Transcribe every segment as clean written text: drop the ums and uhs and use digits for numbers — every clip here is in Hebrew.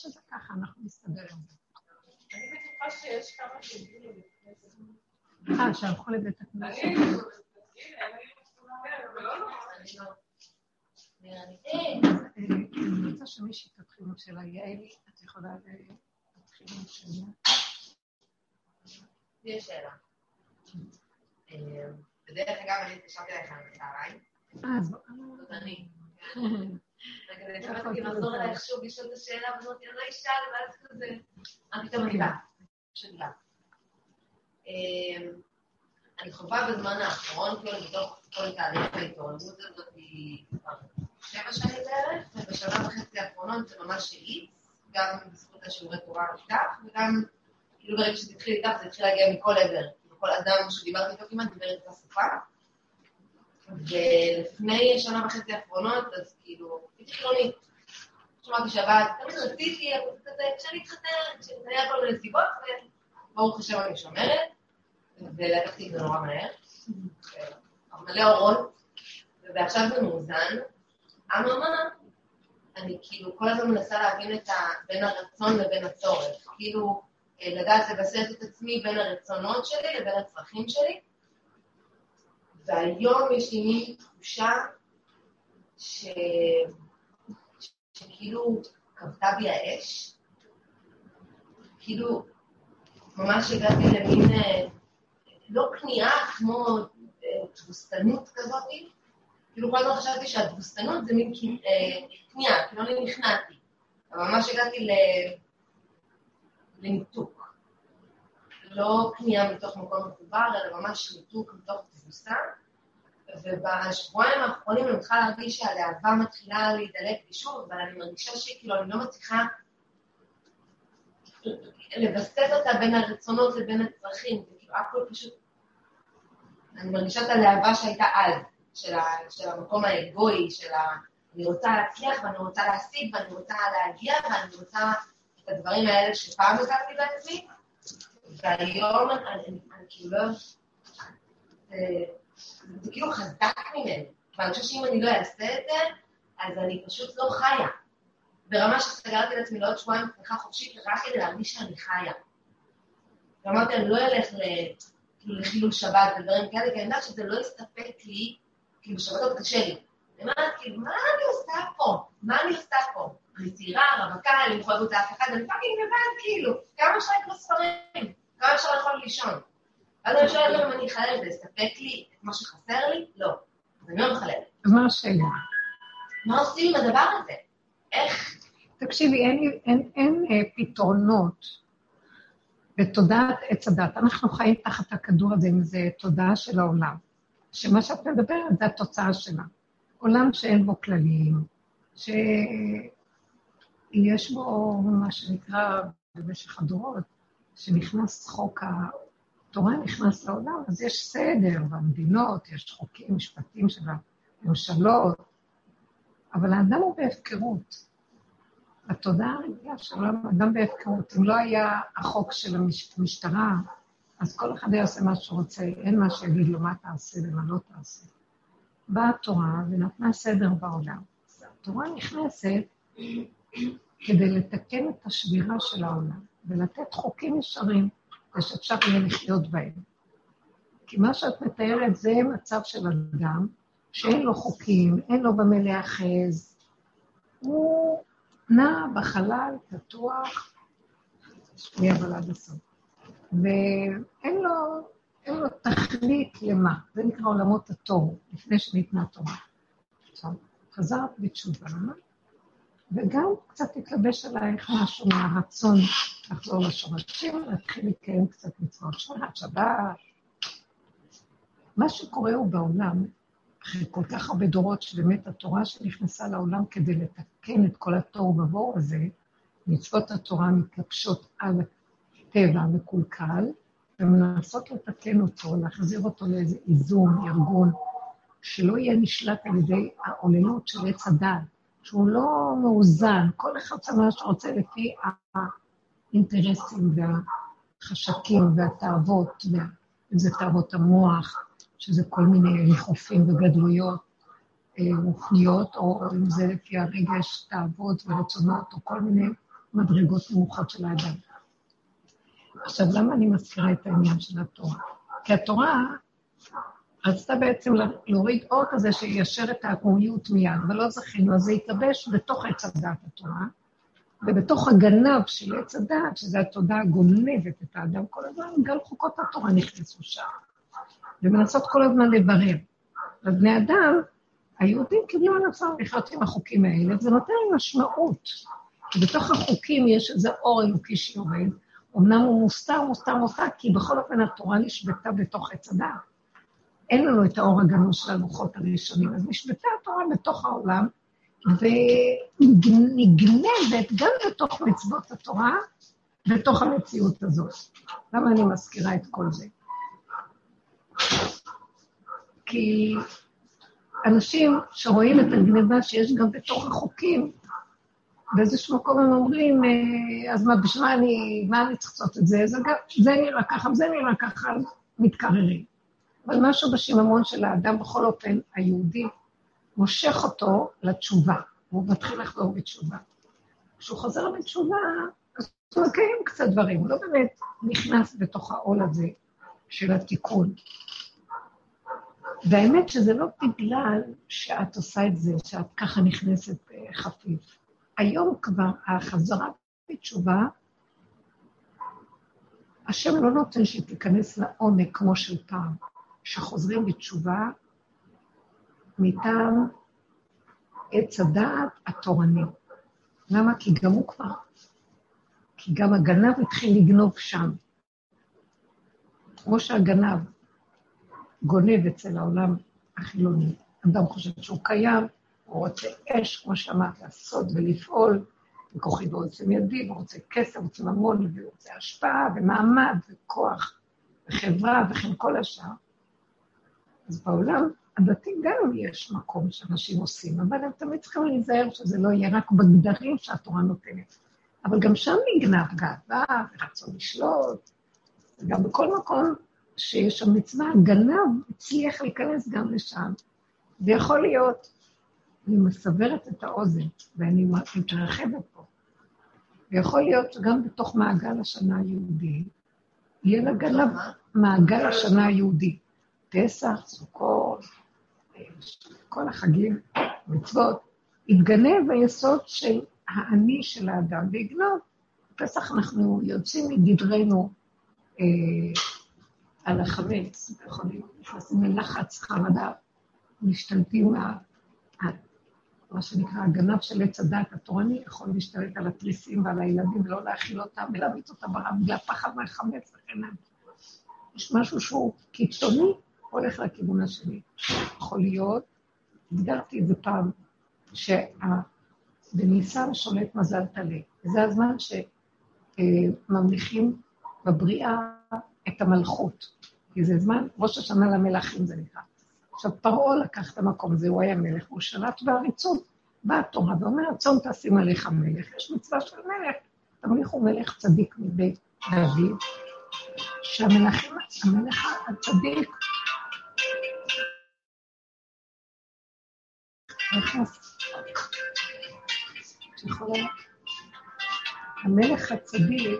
שזה ככה, אנחנו נסתדר עם זה. אני בטוחה שיש כמה שהגיעו לפני זה. שהלכו לבית הכנסת. אני רוצה שמישהי תתחיל עם שאלה. יעלי, את יכולה להתחיל עם שאלה? יש שאלה. בדרך אגב, אני התקשרתי אליך בצהריים. זאת אני. וכדי שמעתי לחזור אלייך שוב לשאול את השאלה, ואמרתי, אני לא אשאל, ואז כזה. אני פתאום מגיבה. שאלה. אני חווה בזמן האחרון, כאילו בתוך כל תהליך ההתעוררות הזאת היא 7 שנים בערך, ובשנה וחצי האחרונות זה ממש האיץ, גם בזכות השיעורי תורה איתך, וגם כאילו ברגע שזה התחיל איתך, זה התחיל להגיע מכל עבר. כל אדם שדיברתי איתו כמעט דיבר את השפה. ולפני שנה וחצי האחרונות, אז כאילו, הייתי חילונית. שמעתי שבת, תמיד רציתי, אבל כזה, כשאני התחתנת, כשהיה כל מיני סיבות, וברוך השם אני שומרת, ולקחתי את זה נורא מהר. מלא אורות, ועכשיו זה מאוזן. אממה, אני כאילו כל הזמן מנסה להבין בין הרצון לבין הצורך. כאילו, לדעת לבסס את עצמי בין הרצונות שלי לבין הצרכים שלי. והיום יש לי מין תחושה שכאילו קבטה בי האש. כאילו, ממש הגעתי למין, לא כניעה כמו תבוסתנות כזאת. כאילו כל הזמן חשבתי שהתבוסתנות זה מין כניעה, כאילו אני נכנעתי. אבל ממש הגעתי לניתוק. לא כניעה מתוך מקום מחובר, אלא ממש ניתוק מתוך תבוסה. ובשבועיים האחרונים אני מתחילה להרגיש שהלהבה מתחילה להידלק שוב, אבל אני מרגישה שכאילו אני לא מצליחה לבסס אותה בין הרצונות לבין הצרכים. זה כאילו הכל פשוט... אני מרגישה את הלהבה שהייתה אז, של המקום האגואי, אני רוצה להצליח ואני רוצה להשיג ואני רוצה להגיע ואני רוצה את הדברים האלה שפעם לקחתי בעצמי. והיום אני כאילו לא... זה כאילו חזק ממני. ואני חושבת שאם אני לא אעשה את זה, אז אני פשוט לא חיה. ברמה שסגרתי לעצמי לעוד שבועיים תמיכה חופשית, רק כדי להרגיש שאני חיה. ואמרתי, אני לא אלך לחילול שבת ודברים כאלה, כי אני יודעת שזה לא יסתפק לי, כאילו שבתות קשה לי. אני אומרת, כאילו, מה אני עושה פה? מה אני עושה פה? אני צעירה, רווקה, אני מחויבות לאף אחד, אני פאקינג לבד, כאילו. כמה אפשר לקרוא ספרים? כמה אפשר יכול לישון? אז אני שואלת אם אני אחלל, זה יסתפק לי את מה שחסר לי? לא. אז אני לא מחללת. אז מה השאלה? מה עושים עם הדבר הזה? איך? תקשיבי, אין פתרונות בתודעת עץ הדת. אנחנו חיים תחת הכדור הזה, אם זה תודעה של העולם. שמה שאת מדברת זה התוצאה שלה. עולם שאין בו כללים, שיש בו מה שנקרא במשך הדורות, שנכנס חוק התורה נכנס לעולם, אז יש סדר במדינות, יש חוקים, משפטים של הממשלות, אבל האדם הוא בהפקרות. התודעה הרגילה של העולם, האדם בהפקרות. אם לא היה החוק של המשטרה, אז כל אחד היה עושה מה שרוצה, אין מה שיגיד לו מה תעשה ומה לא תעשה. באה התורה ונתנה סדר בעולם. התורה נכנסת כדי לתקן את השבירה של העולם, ולתת חוקים ישרים, ושאפשר יהיה לחיות בהם. כי מה שאת מתארת זה מצב של אדם, שאין לו חוקים, אין לו במה להאחז, הוא נע בחלל, פתוח, שנייה אבל עד הסוף. ואין לו תכלית למה, זה נקרא עולמות התור, לפני שניתנה תורה. עכשיו, חזרת בתשובה, וגם קצת התלבש עלייך משהו מהרצון לחזור לשורשים, להתחיל לקיים קצת מצוות שבת. מה שקורה הוא בעולם, אחרי כל כך הרבה דורות שבאמת התורה שנכנסה לעולם כדי לתקן את כל התור ובבור הזה, מצוות התורה מתלבשות על הטבע המקולקל, ומנסות לתקן אותו, להחזיר אותו לאיזה איזון, ארגון, שלא יהיה נשלט על ידי העוללות של עץ הדעת, שהוא לא מאוזן, כל אחד מה שרוצה לפי האינטרסים והחשקים והתאוות, אם זה תאוות המוח, שזה כל מיני ריחופים וגדלויות רוחניות, או אם זה לפי הרגש, תאוות ורצונות, או כל מיני מדרגות נמוכות של האדם. עכשיו, למה אני מזכירה את העניין של התורה? כי התורה רצתה בעצם להוריד אור כזה שיישר את העקמומיות מיד, אבל לא זכינו, אז זה יתלבש בתוך עץ הדעת התורה, ובתוך הגנב של עץ הדעת, שזה התודעה הגונבת את האדם כל הזמן, גם חוקות התורה נכנסו שם, ומנסות כל הזמן לברר. לבני אדם, היהודים קיבלו על עצמם לחיות עם החוקים האלה, וזה נותן להם משמעות. כי בתוך החוקים יש איזה אור אלוקי שיורד, אמנם הוא מוסתר, כי בכל אופן התורה נשבתה בתוך עץ הדעת. אין לנו את האור הגנוז של הלוחות הראשונים, אז נשבתה התורה בתוך העולם, ונגנבת גם בתוך מצוות התורה, בתוך המציאות הזאת. למה אני מזכירה את כל זה? כי אנשים שרואים את הגניבה שיש גם בתוך החוקים, באיזשהו מקום הם אומרים, אז מה אני צריך לעשות את זה? זה נראה ככה, זה נראה ככה, מתקררים. אבל משהו בשיממון של האדם, בכל אופן, היהודי, מושך אותו לתשובה, והוא מתחיל לחזור בתשובה. כשהוא חוזר בתשובה, אז הוא מקיים קצת דברים, הוא לא באמת נכנס בתוך העול הזה של התיקון. והאמת שזה לא בגלל שאת עושה את זה, שאת ככה נכנסת חפיף. היום כבר החזרה בתשובה, השם לא נותן שתיכנס לעומק כמו של פעם, שחוזרים בתשובה מטעם עץ הדעת התורני. למה? כי גם הוא כבר, כי גם הגנב התחיל לגנוב שם. כמו שהגנב גונב אצל העולם החילוני. אדם חושב שהוא קיים, הוא רוצה אש, כמו שאמרת, לעשות ולפעול, וכוחי ורוצה מידי, ורוצה כסף, ורוצה ממון, ורוצה השפעה, ומעמד, וכוח, וחברה, וכן כל השאר. אז בעולם הדתי גם יש מקום שאנשים עושים, אבל הם תמיד צריכים להיזהר שזה לא יהיה רק בגדרים שהתורה נותנת. אבל גם שם נגנב גאווה, ורצון לשלוט, וגם בכל מקום שיש שם מצווה, גנב הצליח להיכנס גם לשם. ויכול להיות, אני מסברת את האוזן, ואני מתרחבת פה, ויכול להיות שגם בתוך מעגל השנה היהודי, יהיה לגנב מעגל השנה היהודי. פסח, סוכות, כל החגים, מצוות, יתגנב היסוד של האני של האדם, ויגנוב. בפסח אנחנו יוצאים מגדרנו על החמץ, יכולים נכנסים ללחץ חרדה, משתלטים מה שנקרא הגנב של עץ הדעת התורני, יכול להשתלט על התריסים ועל הילדים, ולא להאכיל אותם, ולהמיץ אותם ברם, בגלל פחד מהחמץ וכן. יש משהו שהוא קיצוני, הולך לכיוון השני. יכול להיות, הגדרתי את זה פעם, שבניסן שולט מזל תלה. זה הזמן שממליכים בבריאה את המלכות. כי זה זמן, ראש השנה למלכים זה נקרא. עכשיו, פרעה לקח את המקום הזה, הוא היה מלך, הוא שלט בעריצות. באה התורה ואומרת, צום תשים עליך מלך. יש מצווה של מלך, תמליכו מלך צדיק מבית דוד, שהמלך הצדיק, המלך הצדיק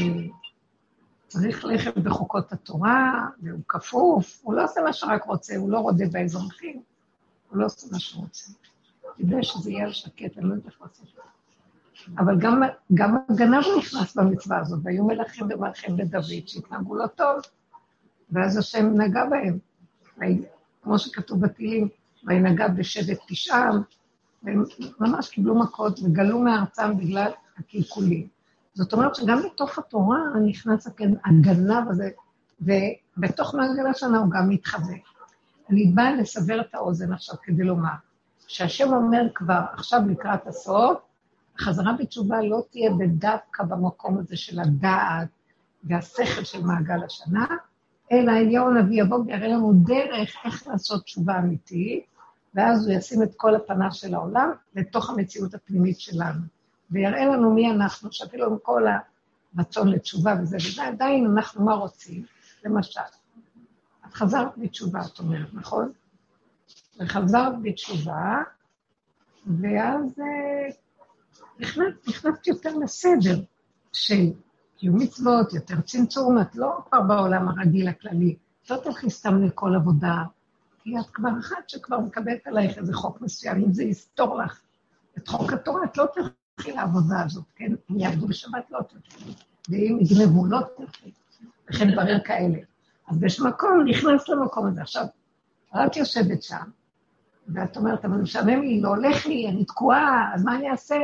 צריך ללכת בחוקות התורה, והוא כפוף, הוא לא עושה מה שרק רוצה, הוא לא רודה באזרחים, הוא לא עושה מה שהוא רוצה. כדי שזה יהיה שקט, אני לא יודעת לעשות. אבל גם הגנב נכנס במצווה הזאת, והיו מלכים ומלכים לדוד שהתנהגו לא טוב, ואז השם נגע בהם, כמו שכתוב בתהילים, וינגע בשבט תשעם, והם ממש קיבלו מכות וגלו מארצם בגלל הקלקולים. זאת אומרת שגם בתוך התורה נכנס הגנב הזה, ובתוך מעגל השנה הוא גם מתחווה. אני באה לסבר את האוזן עכשיו כדי לומר, שהשם אומר כבר עכשיו לקראת הסוף, החזרה בתשובה לא תהיה בדווקא במקום הזה של הדעת והשכל של מעגל השנה, אלא אליהו הנביא יבוא ויראה לנו דרך איך לעשות תשובה אמיתית, ואז הוא ישים את כל הפנה של העולם לתוך המציאות הפנימית שלנו, ויראה לנו מי אנחנו, שאפילו עם כל הרצון לתשובה וזה, עדיין אנחנו מה רוצים, למשל. את חזרת בתשובה, את אומרת, נכון? וחזרת בתשובה, ואז נכנסת יותר לסדר של קיום מצוות, יותר צמצום, את לא כבר בעולם הרגיל הכללי, לא תלכי סתם לכל עבודה, כי את כבר אחת שכבר מקבלת עלייך איזה חוק מסוים, אם זה יסתור לך את חוק התורה, את לא תלכי לעבודה הזאת, כן? אם יעבדו בשבת לא תלכי, ואם יגנבו לא תלכי, וכן דברים כאלה. אז יש מקום, נכנס למקום הזה. עכשיו, את יושבת שם, ואת אומרת, אבל משעמם לי, לא הולך לי, אני תקועה, אז מה אני אעשה?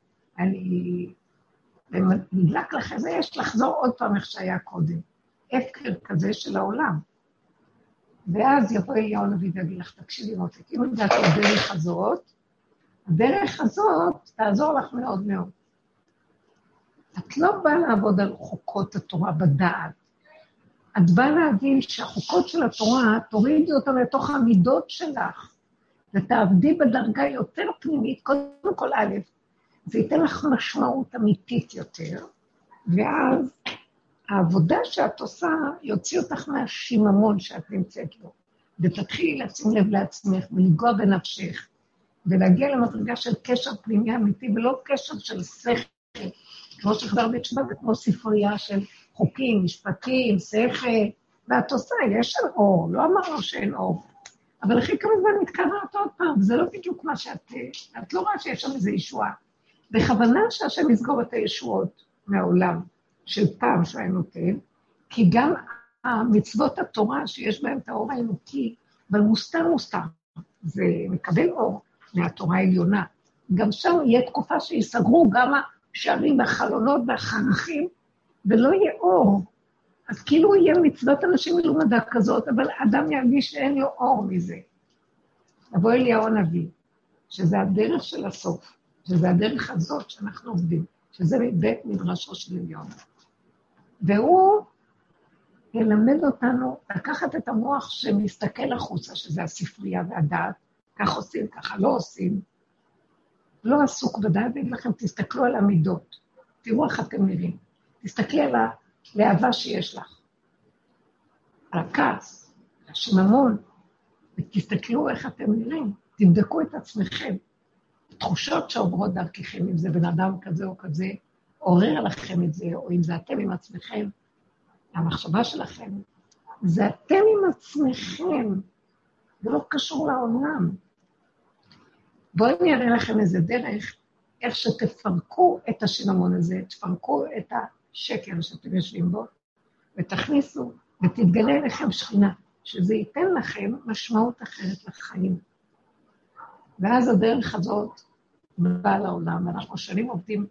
נדלק לך איזה, יש לחזור עוד פעם איך שהיה קודם. הפקר כזה של העולם. ואז יבוא אליהו הנביא ויגיד לך, תקשיבי מותק, אם הגעת לדרך הזאת, הדרך הזאת תעזור לך מאוד מאוד. את לא באה לעבוד על חוקות התורה בדעת. את באה להבין שהחוקות של התורה, תורידי אותן לתוך המידות שלך, ותעבדי בדרגה יותר פנימית, קודם כל א', זה ייתן לך משמעות אמיתית יותר, ואז העבודה שאת עושה יוציא אותך מהשיממון שאת נמצאת לו, ותתחילי לשים לב לעצמך ולגוע בנפשך, ולהגיע למדרגה של קשר פנימי אמיתי, ולא קשר של שכל, כמו שחזר בית שבת, כמו ספרייה של חוקים, משפטים, שכל, ואת עושה, יש של אור, לא אמרנו שאין אור, אבל אחרי כמה זמן מתקראת עוד פעם, זה לא בדיוק מה את לא רואה שיש שם איזו ישועה. בכוונה שהשם יסגור את הישועות מהעולם של פעם שהוא היה נותן, כי גם המצוות התורה שיש בהן את האור האלוקי, אבל מוסתר, זה מקבל אור מהתורה העליונה. גם שם יהיה תקופה שיסגרו גם השערים והחלונות והחרכים, ולא יהיה אור. אז כאילו יהיה מצוות אנשים מלומדה כזאת, אבל אדם ירגיש שאין לו אור מזה. לבוא אליהו הנביא, שזה הדרך של הסוף, שזה הדרך הזאת שאנחנו עובדים, שזה בית מדרשו של עליון. והוא ילמד אותנו לקחת את המוח שמסתכל החוצה, שזה הספרייה והדעת, כך עושים, ככה לא עושים. לא עסוק בדעת, ויגיד לכם, תסתכלו על המידות, תראו איך אתם נראים, תסתכלי על הלהבה שיש לך, על הכעס, על השיממון, ותסתכלו איך אתם נראים, תבדקו את עצמכם, תחושות שעוברות דרככם, אם זה בן אדם כזה או כזה, עורר לכם את זה, או אם זה אתם עם עצמכם, המחשבה שלכם, זה אתם עם עצמכם, זה לא קשור לעולם. בואו אני אראה לכם איזה דרך, איך שתפרקו את השיממון הזה, תפרקו את השקר שאתם יושבים בו, ותכניסו, ותתגלה אליכם שכינה, שזה ייתן לכם משמעות אחרת לחיים. ואז הדרך הזאת באה לעולם, ואנחנו שנים עובדים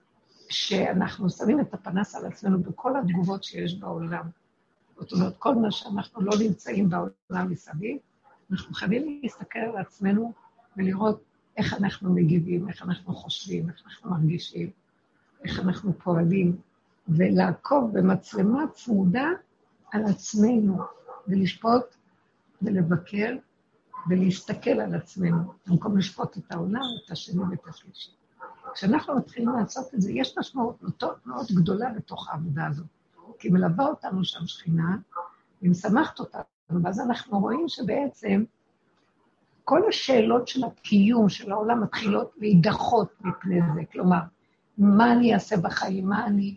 שאנחנו שמים את הפנס על עצמנו בכל התגובות שיש בעולם. זאת אומרת, כל מה שאנחנו לא נמצאים בעולם מסביב, אנחנו חייבים להסתכל על עצמנו ולראות איך אנחנו מגיבים, איך אנחנו חושבים, איך אנחנו מרגישים, איך אנחנו פועלים, ולעקוב במצלמה צמודה על עצמנו, ולשפוט ולבקר ולהסתכל על עצמנו, במקום לשפוט את העולם, את השני ואת השלישי. כשאנחנו מתחילים לעשות את זה, יש משמעות מאוד גדולה בתוך העבודה הזאת, כי מלווה אותנו שם שכינה, ומשמחת אותנו, ואז אנחנו רואים שבעצם כל השאלות של הקיום של העולם מתחילות להידחות מפני זה, כלומר, מה אני אעשה בחיים,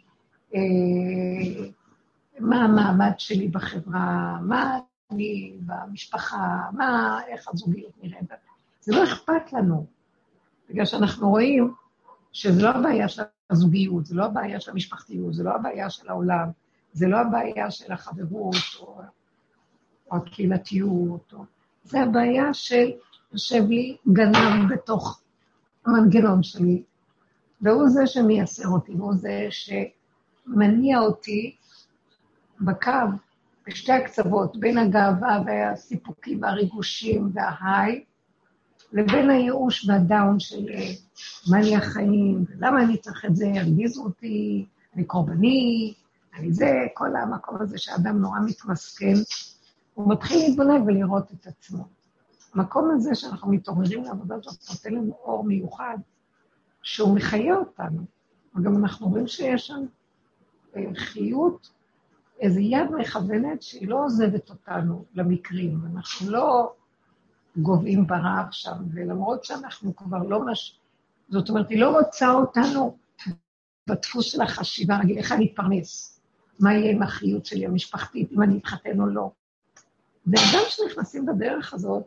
מה המעמד שלי בחברה, מה אני במשפחה, איך הזוגיות נראית, זה לא אכפת לנו, בגלל שאנחנו רואים שזה לא הבעיה של הזוגיות, זה לא הבעיה של המשפחתיות, זה לא הבעיה של העולם, זה לא הבעיה של החברות או הקהילתיות, זה הבעיה של יושב לי גנב בתוך המנגנון שלי, והוא זה שמייסר אותי, והוא זה שמניע אותי בקו, בשתי הקצוות, בין הגאווה והסיפוקים והריגושים וההיי, לבין הייאוש והדאון של מה לי החיים, למה אני צריך את זה, הרגיזו אותי, אני קורבני, אני זה, כל המקום הזה שהאדם נורא מתמסכן, הוא מתחיל להתבונן ולראות את עצמו. המקום הזה שאנחנו מתעוררים לעבודה הזאת, נותן לנו אור מיוחד, שהוא מחיה אותנו, וגם אנחנו רואים שיש שם חיות, איזו יד מכוונת שהיא לא עוזבת אותנו למקרים, אנחנו לא גובעים ברעב שם, ולמרות שאנחנו כבר זאת אומרת, היא לא רוצה אותנו בדפוס של החשיבה, להגיד, איך אני אתפרנס? מה יהיה עם החיות שלי המשפחתית, אם אני אתחתן או לא? ואדם שנכנסים בדרך הזאת,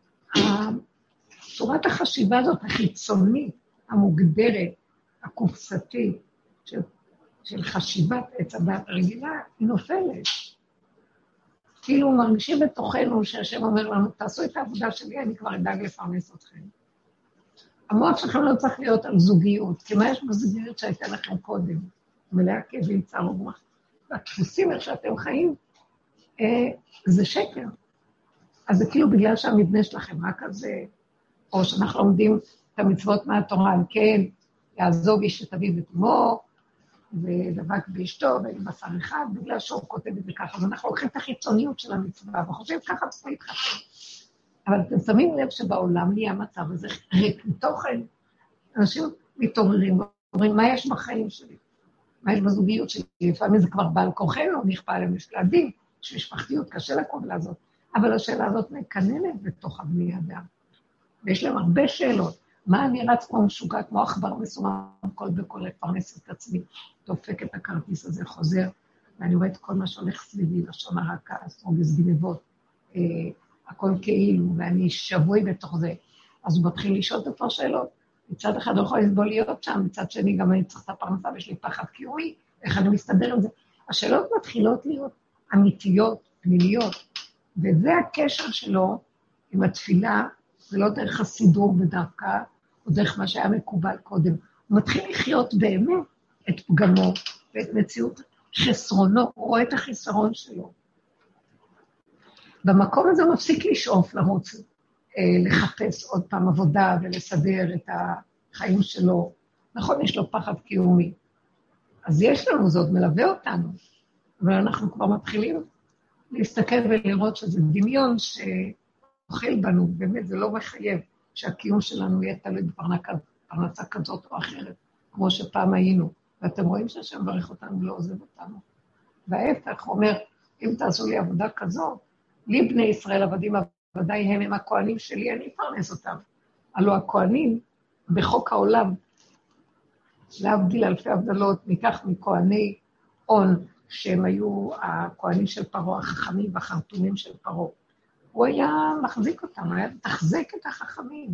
צורת החשיבה הזאת החיצונית, המוגדרת, הקופסתית, של חשיבת עץ הדת הרגילה, היא נופלת. כאילו מרגישים בתוכנו שהשם אומר לנו, תעשו את העבודה שלי, אני כבר אדאג לפרנס אתכם. המוח שלכם לא צריך להיות על זוגיות, כי מה יש בזוגיות שהייתה לכם קודם? מלאה כאבים, צער ורוח. והדפוסים איך שאתם חיים, זה שקר. אז זה כאילו בגלל שהמבנה שלכם רק על זה, או שאנחנו לומדים את המצוות מהתורה, על כן, יעזוב איש את אביו ואת אמו, ודבק באשתו, ובשר אחד, בגלל שהוא כותב את זה ככה, אז אנחנו לוקחים את החיצוניות של המצווה, וחושבים ככה צריך להתחתן. אבל אתם שמים לב שבעולם נהיה המצב הזה ריק מתוכן. אנשים מתעוררים, אומרים, מה יש בחיים שלי? מה יש בזוגיות שלי? לפעמים זה כבר בעל כוחנו, נכפה עליהם לשלדים, שמשפחתיות קשה לקום הזאת, אבל השאלה הזאת מקננת בתוך הבני אדם. ויש להם הרבה שאלות. מה אני רץ כמו משוגע, כמו עכבר מסומם, כל בכל לפרנס את עצמי, דופק את הכרטיס הזה, חוזר, ואני רואה את כל מה שהולך סביבי, לשון הרע, כעס, רוגז גנבות, הכל כאילו, ואני שבוי בתוך זה. אז הוא מתחיל לשאול את אותו שאלות. מצד אחד הוא יכול לסבול להיות שם, מצד שני גם אני צריך את הפרנסה, ויש לי פחד קיומי, איך אני מסתדר עם זה. השאלות מתחילות להיות אמיתיות, פנימיות, וזה הקשר שלו עם התפילה, ולא דרך הסידור בדרכה, או דרך מה שהיה מקובל קודם. הוא מתחיל לחיות באמת את פגמו, ואת מציאות חסרונו, הוא רואה את החיסרון שלו. במקום הזה הוא מפסיק לשאוף לרוץ, לחפש עוד פעם עבודה ולסדר את החיים שלו. נכון, יש לו פחד קיומי. אז יש לנו, זה עוד מלווה אותנו, אבל אנחנו כבר מתחילים להסתכל ולראות שזה דמיון שאוכל בנו, באמת זה לא מחייב שהקיום שלנו יהיה תלוי בפרנסה כזאת או אחרת, כמו שפעם היינו. ואתם רואים שהשם ברך אותנו ולא עוזב אותנו. וההפך אומר, אם תעשו לי עבודה כזאת, לי בני ישראל עבדים, ודאי הם הכהנים שלי, אני אפרנס אותם. הלוא הכהנים בחוק העולם, להבדיל אלפי הבדלות, ניקח מכהני און, שהם היו הכהנים של פרעה, החכמים והחרטומים של פרעה. הוא היה מחזיק אותם, הוא היה תחזק את החכמים.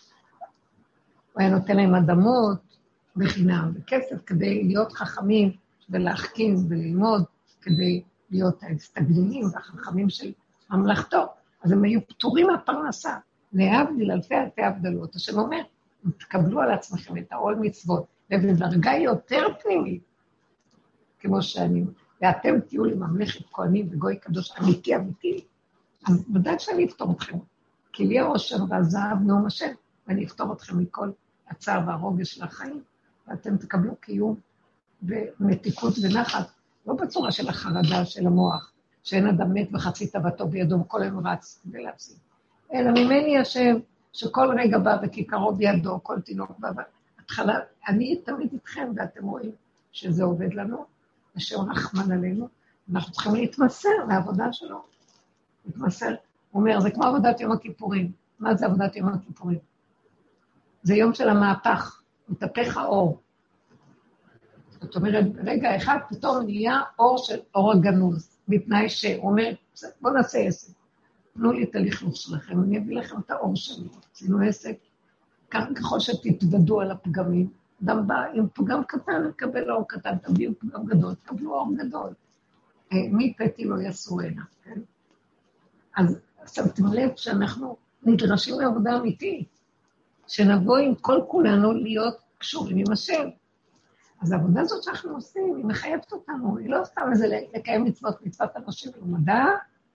הוא היה נותן להם אדמות בחינם וכסף כדי להיות חכמים ולהחכים וללמוד, כדי להיות ההסתגלונים והחכמים של ממלכתו. אז הם היו פטורים מהפרנסה, להבדיל אלפי הבדלות. השם אומר, תקבלו על עצמכם את העול מצוות, ובדרגה יותר פנימית, כמו שאני, ואתם תהיו לי ממלכת כהנים וגוי קדוש אמיתי. אז בדעת שאני אפתור אתכם, כי לי הראש והזהב נאום השם, ואני אפתור אתכם מכל הצער והרוגש של החיים, ואתם תקבלו קיום ומתיקות ונחת, לא בצורה של החרדה של המוח, שאין אדם מת וחצי תוותו בידו, וכל היום רץ כדי להפסיד. אלא ממני השם, שכל רגע בא וכיכרו בידו, כל תינוק בא, התחלה, אני תמיד איתכם, ואתם רואים שזה עובד לנו, השם רחמן עלינו, אנחנו צריכים להתמסר לעבודה שלו. להתמסר, הוא אומר, זה כמו עבודת יום הכיפורים. מה זה עבודת יום הכיפורים? זה יום של המהפך, מתהפך האור. זאת אומרת, ברגע אחד פתאום נהיה אור של אור הגנוז, בתנאי שהוא אומר, בוא נעשה עסק. תנו לי את הלכלוך שלכם, אני אביא לכם את האור שלי. עשינו עסק, ככל שתתוודו על הפגמים, אדם בא עם פגם קטן, לקבל אור קטן, תביאו פגם גדול, תקבלו אור גדול. מי פתי לא יעשו הנה, כן? אז שמתם לב שאנחנו נדרשים לעבודה אמיתית, שנבוא עם כל כולנו להיות קשורים עם השם. אז העבודה הזאת שאנחנו עושים, היא מחייבת אותנו, היא לא סתם איזה לקיים מצוות אנשים ולמדע.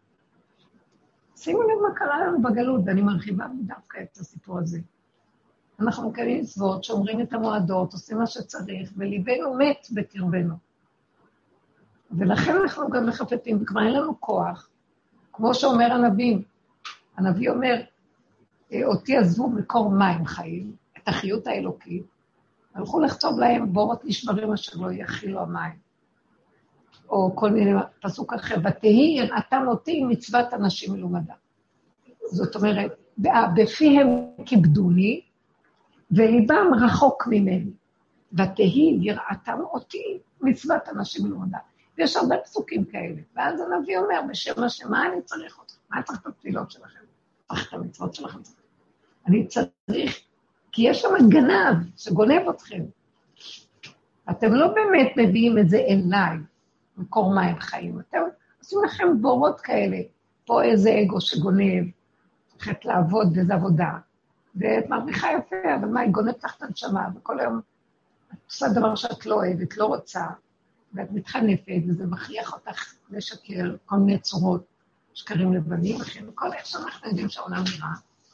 שימו לב מה קרה לנו בגלות, ואני מרחיבה דווקא את הסיפור הזה. אנחנו מקיימים מצוות, שומרים את המועדות, עושים מה שצריך, וליבנו מת בקרבנו. ולכן אנחנו גם מחפטים, וכבר אין לנו כוח, כמו שאומר הנביא אומר, אותי עזבו מקור מים חיים, את החיות האלוקית, הלכו לכתוב להם בורות נשברים אשר לא יכילו המים. או כל מיני פסוק אחר, ותהי ינעתם אותי מצוות אנשים מלומדה. זאת אומרת, בפיהם כיבדוני, וליבם רחוק ממני. ותהי יראתם אותי מצוות אנשים מלומדה. ויש הרבה פסוקים כאלה. ואז הנביא אומר, בשם השם, מה אני צריך אותך? מה צריך את התפילות שלכם? צריך את המצוות שלכם. אני צריך, כי יש שם גנב שגונב אתכם. אתם לא באמת מביאים את זה אליי, מקור מים חיים. אתם עושים לכם בורות כאלה. פה איזה אגו שגונב, צריכת לעבוד באיזו עבודה. ואת מרוויחה יפה, אבל מה, היא גונבת לך את הנשמה, וכל היום את עושה דבר שאת לא אוהבת, לא רוצה, ואת מתחנפת, וזה מכריח אותך לשקר כל מיני צורות, שקרים לבנים, וכל איך שאנחנו יודעים שהעולם נראה.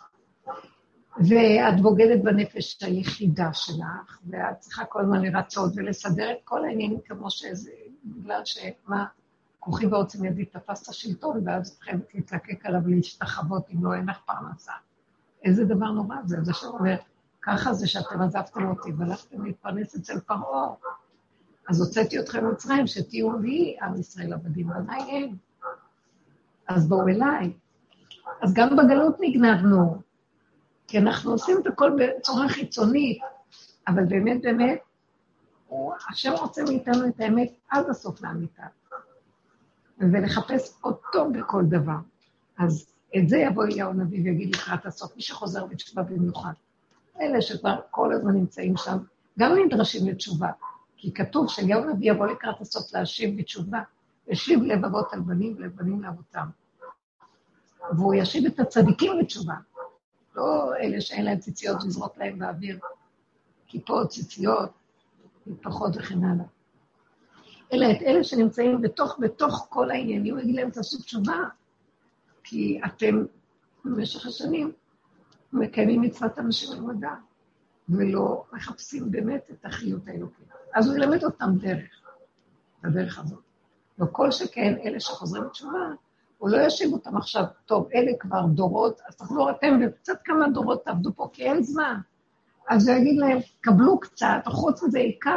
ואת בוגדת בנפש היחידה שלך, ואת צריכה כל הזמן לרצות ולסדר את כל העניינים כמו שזה, בגלל שמה, כוחי ועוצם ידי תפס את השלטון, ואז את חייבת להתלקק עליו ולהשתחוות אם לא אין לך פרנסה. איזה דבר נורא זה, זה שאומר, ככה זה שאתם עזבתם אותי, והלכתם להתפרנס אצל פרעה. אז הוצאתי אתכם מצרים, שתהיו לי, עם ישראל עבדים, בניי הם. אז בואו אליי. אז גם בגלות נגנבנו, כי אנחנו עושים את הכל בצורה חיצונית, אבל באמת, באמת, השם רוצה מאיתנו את האמת עד הסוף לאמיתה. ולחפש אותו בכל דבר. אז את זה יבוא אליהו הנביא ויגיד לקראת הסוף, מי שחוזר בתשובה במיוחד. אלה שכבר כל הזמן נמצאים שם, גם נדרשים לתשובה, כי כתוב שאליהו הנביא יבוא לקראת הסוף להשיב בתשובה, ישיב לב אבות על בנים ולב בנים לאבותם. והוא ישיב את הצדיקים בתשובה, לא אלה שאין להם ציציות לזרוק להם באוויר, כיפות, ציציות, פחות וכן הלאה. אלא את אלה שנמצאים בתוך כל העניינים, הוא יגיד להם תעשו תשובה, כי אתם במשך השנים מקיימים מצוות אנשים למדע, ולא מחפשים באמת את החיות האלוקית. אז הוא ילמד אותם הדרך הזאת. וכל שכן, אלה שחוזרים בתשובה, הוא לא ישיב אותם עכשיו, טוב, אלה כבר דורות, אז תחזור אתם, וקצת כמה דורות תעבדו פה, כי אין זמן. אז הוא יגיד להם, קבלו קצת, חוץ מזה עיקר.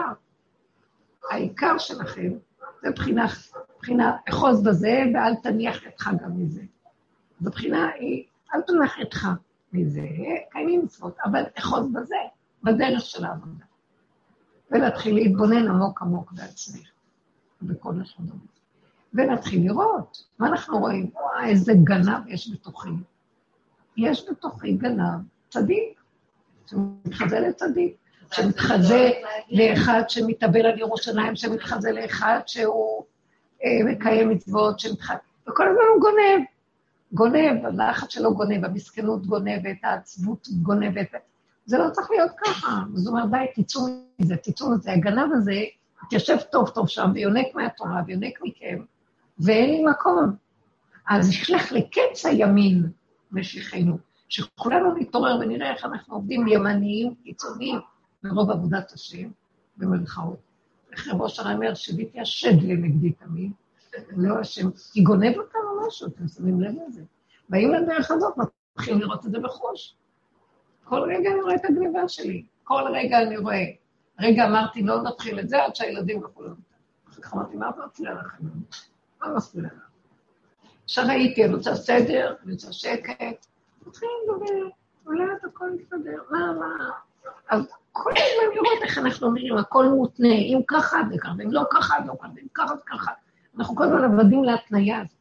העיקר שלכם, זה בחינה, אחוז בזה, ואל תניח ידך גם מזה. זו בחינה היא, אל תניח ידך מזה, קיימים מצוות, אבל אחוז בזה, בדרך של העבודה. ולהתחיל להתבונן עמוק עמוק בעצמך, בכל השלום. ונתחיל לראות, מה אנחנו רואים? איזה גנב יש בתוכי. יש בתוכי גנב צדיק, שמתחזה לצדיק, שמתחזה לאחד שמתאבל על ירושלים, שמתחזה לאחד שהוא מקיים מצוות, וכל הזמן הוא גונב, הלחץ שלו גונב, המסכנות גונבת, העצבות גונבת, זה לא צריך להיות ככה, זאת אומרת, די, תצאו מזה, הגנב הזה יתיישב טוב טוב שם, ויונק מהתורה, ויונק מכם, ואין לי מקום. אז ישלח לקץ הימין משיחנו, שכולנו נתעורר ונראה איך אנחנו עובדים ימניים, קיצוניים, ברוב עבודת השם, במלכאות. איך רבו שרה אומר, שביתי השד לנגדי תמיד, לא השם, כי גונב אותנו משהו, אתם שמים לב לזה. באים לדרך הזאת, מתחילים לראות את זה בחוש. כל רגע אני רואה את הגניבה שלי, כל רגע אני רואה. רגע אמרתי, לא נתחיל את זה עד שהילדים כפולו. אחר כך אמרתי, מה מפריע לכם? מה מפריע לכם? שראיתי, אני רוצה סדר, אני רוצה שקט, מתחילים לדבר, אולי את הכל מתקדר, מה? אז כל הזמן לראות איך אנחנו אומרים, הכל מותנה, אם ככה זה ככה, אם לא ככה, לא ככה, אם ככה זה ככה. אנחנו כל הזמן עבדים להתניה הזאת.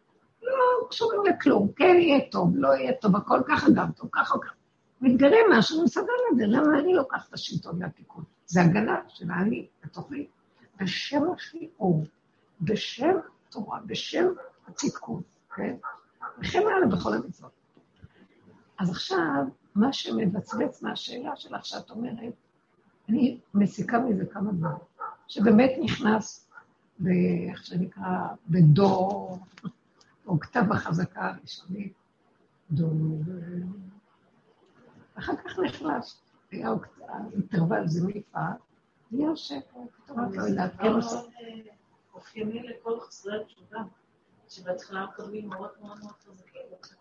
לא קשורים לכלום, כן יהיה טוב, לא יהיה טוב, הכל ככה גם טוב, ככה או ככה. מתגלה משהו, מסדר לזה, למה אני לוקח את השלטון והתיקון? זה הגנה של אני, בתוכי, בשם השיעור, בשם תורה, בשם הצדקות, כן? וכן הלאה בכל המצוות. אז עכשיו, מה שמבצבץ מהשאלה שלך שאת אומרת, אני מסיקה מזה כמה דברים, שבאמת נכנס, איך שנקרא, בדור, או כתב החזקה הראשונית, דור, ואחר כך נחלש, היה אינטרוול, זה מיפה, נהיה שקט, לא יודעת, כן עושה. אופייני לכל חסרי התשובה, שבהתחלה מקבלים מאוד מאוד מאוד חזקים,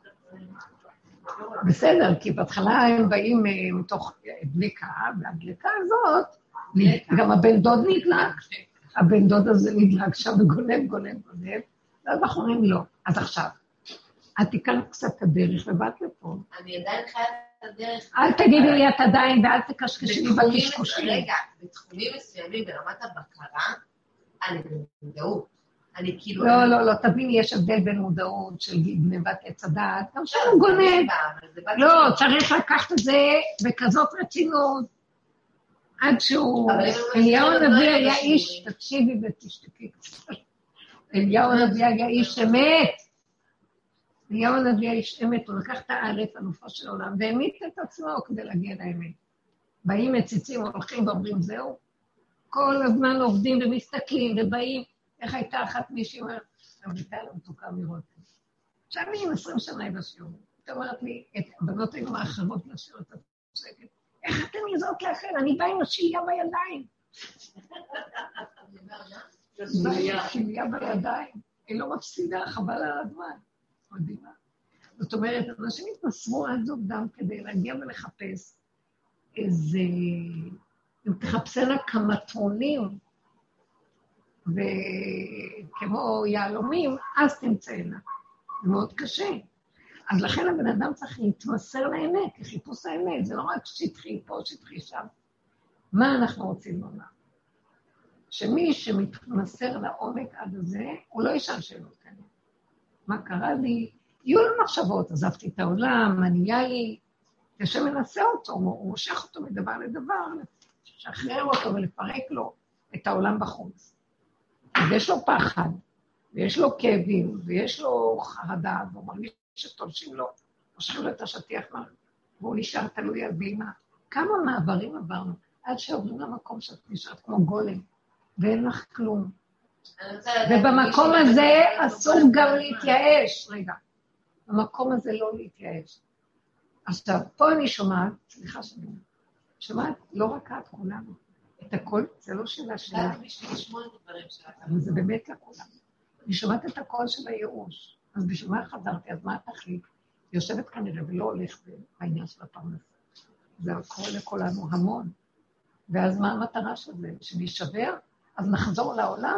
בסדר, כי בהתחלה הם באים מתוך דליקה, והדליקה הזאת, גם הבן דוד נדלק, הבן דוד הזה נדלק שם וגונב, ואז אנחנו אומרים לא. אז עכשיו, את תיקנת קצת את הדרך ובאת לפה. אני עדיין חייבת הדרך. אל תגידי לי את עדיין ואל תקשקשי לי בקשקושים. רגע, בתחומים מסוימים ברמת הבקרה, אני במודעות. אני כאילו... לא, תביני, יש הבדל בין מודעות של גנבת עץ הדעת, גם שהוא גונב. לא, צריך לקחת את זה בכזאת רצינות, עד שהוא... אליהו הנביא היה איש, תקשיבי ותשתקי קצת. אליהו הנביא היה איש אמת. אליהו הנביא היה איש אמת, הוא לקח את הארץ, אלופו של עולם, והעמיד את עצמו כדי להגיע לאמת. באים מציצים, הולכים ואומרים, זהו. כל הזמן עובדים ומסתכלים ובאים. איך הייתה אחת מישהי אומרת, רביטל המתוקה מרותם. עכשיו אני עם 20 שנה בשיעור. היא אומרת לי, את הבנות היו מאחרות לשיר את השקט. איך אתם יזעות לאחר? אני באה עם השיליה בידיים. השיליה בידיים. היא לא מפסידה, חבל על הזמן. מדהימה. זאת אומרת, אנשים התנסרו עד זובדם כדי להגיע ולחפש איזה... אם תחפשנה כמטרונים, וכמו יעלומים, אז תמצאנה. זה מאוד קשה. אז לכן הבן אדם צריך להתמסר לאמת, לחיפוש האמת. זה לא רק שטחי פה, שטחי שם. מה אנחנו רוצים לומר? שמי שמתמסר לעומק עד הזה, הוא לא ישאל שאלות כאלה. מה קרה לי? יהיו לו מחשבות, עזבתי את העולם, ענייה לי, כשם מנסה אותו, הוא מושך אותו מדבר לדבר, לשחרר אותו ולפרק לו את העולם בחוץ. ויש לו פחד, ויש לו כאבים, ויש לו חרדה, והוא מרגיש שתולשים לו, מושכים לו את השטיח, והוא נשאר תלוי על בימה. כמה מעברים עברנו, עד שעוברים למקום שאת נשארת כמו גולם, ואין לך כלום. ובמקום הזה אסור גם להתייאש, רגע, במקום הזה לא להתייאש. עכשיו, פה אני שומעת, סליחה שאני שומעת, לא רק את, כולנו. את הכל, זה לא שאלה שלה. אבל זה באמת לכולם. אני שומעת את הכל של הייאוש. אז בשביל מה חזרתי, אז מה התכלית? היא יושבת כנראה ולא הולך בעניין של הפרנסה. זה הכל לכולנו המון. ואז מה המטרה של זה? שנשבר, אז נחזור לעולם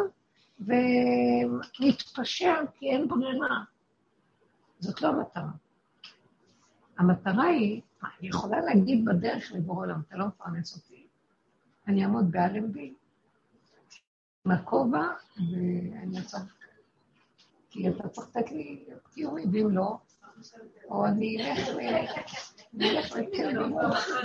ונתפשר כי אין ברירה. זאת לא המטרה. המטרה היא, אני יכולה להגיד בדרך לבורא עולם, אתה לא מפרנס אותי, אני אעמוד באלנבי, עם הכובע, ואני צריך, כי אתה צריך לתת לי קיומי, ואם לא, או אני אלך לתלו.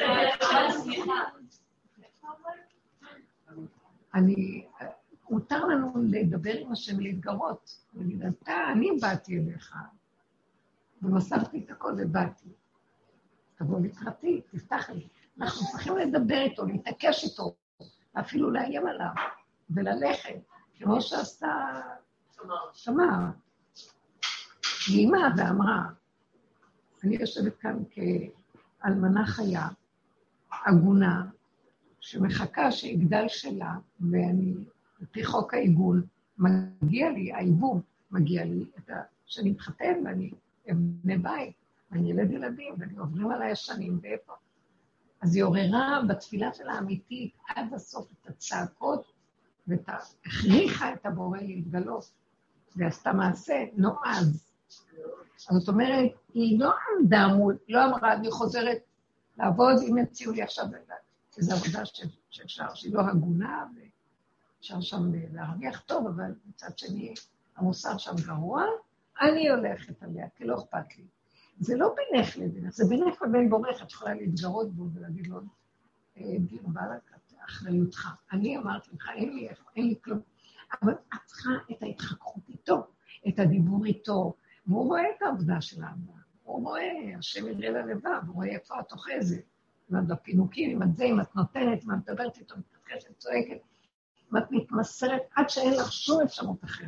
מותר לנו לדבר עם השם, להתגרות, ולהגיד, אני באתי אליך, ומסרתי את הכל ובאתי. תבוא לקראתי, תפתח לי. אנחנו צריכים לדבר איתו, להתעקש איתו, אפילו לאיים עליו, וללכת, כמו שעשתה תמר. היא אימה ואמרה, אני יושבת כאן כאלמנה חיה, עגונה, שמחכה שיגדל שלה, ואני, לפי חוק העיגול, מגיע לי, העיבום, מגיע לי, שאני מתחתן ואני בני בית, ואני ילד ילדים, ואני עוברים עליי השנים, ואיפה? אז היא עוררה בתפילה שלה האמיתית עד הסוף את הצעקות, והכריחה את הבורא להתגלות, ועשתה מעשה נועז. אז זאת אומרת, היא לא עמדה מול, לא אמרה, אני חוזרת לעבוד, אם יציעו לי עכשיו, איזו עבודה שאפשר, שהיא לא הגונה, ואפשר שם להרוויח טוב, אבל מצד שני, המוסר שם גרוע, אני הולכת עליה, כי לא אכפת לי. זה לא בינך לבינך, זה בינך לבין בורך, את יכולה להתגרות בו ולהגיד לו, דיר בלק, אחריותך. אני אמרתי לך, אין לי כלום. אבל את צריכה את ההתחככות איתו, את הדיבור איתו, והוא רואה את העבודה של האדם. הוא רואה, השם יראה ללבב, הוא רואה איפה את אוחזת. אם את בפינוקים, אם את זה, אם את נותנת, אם את מדברת איתו, מתחכשת, צועקת, אם את מתמסרת, עד שאין לך שום אפשרות אחרת.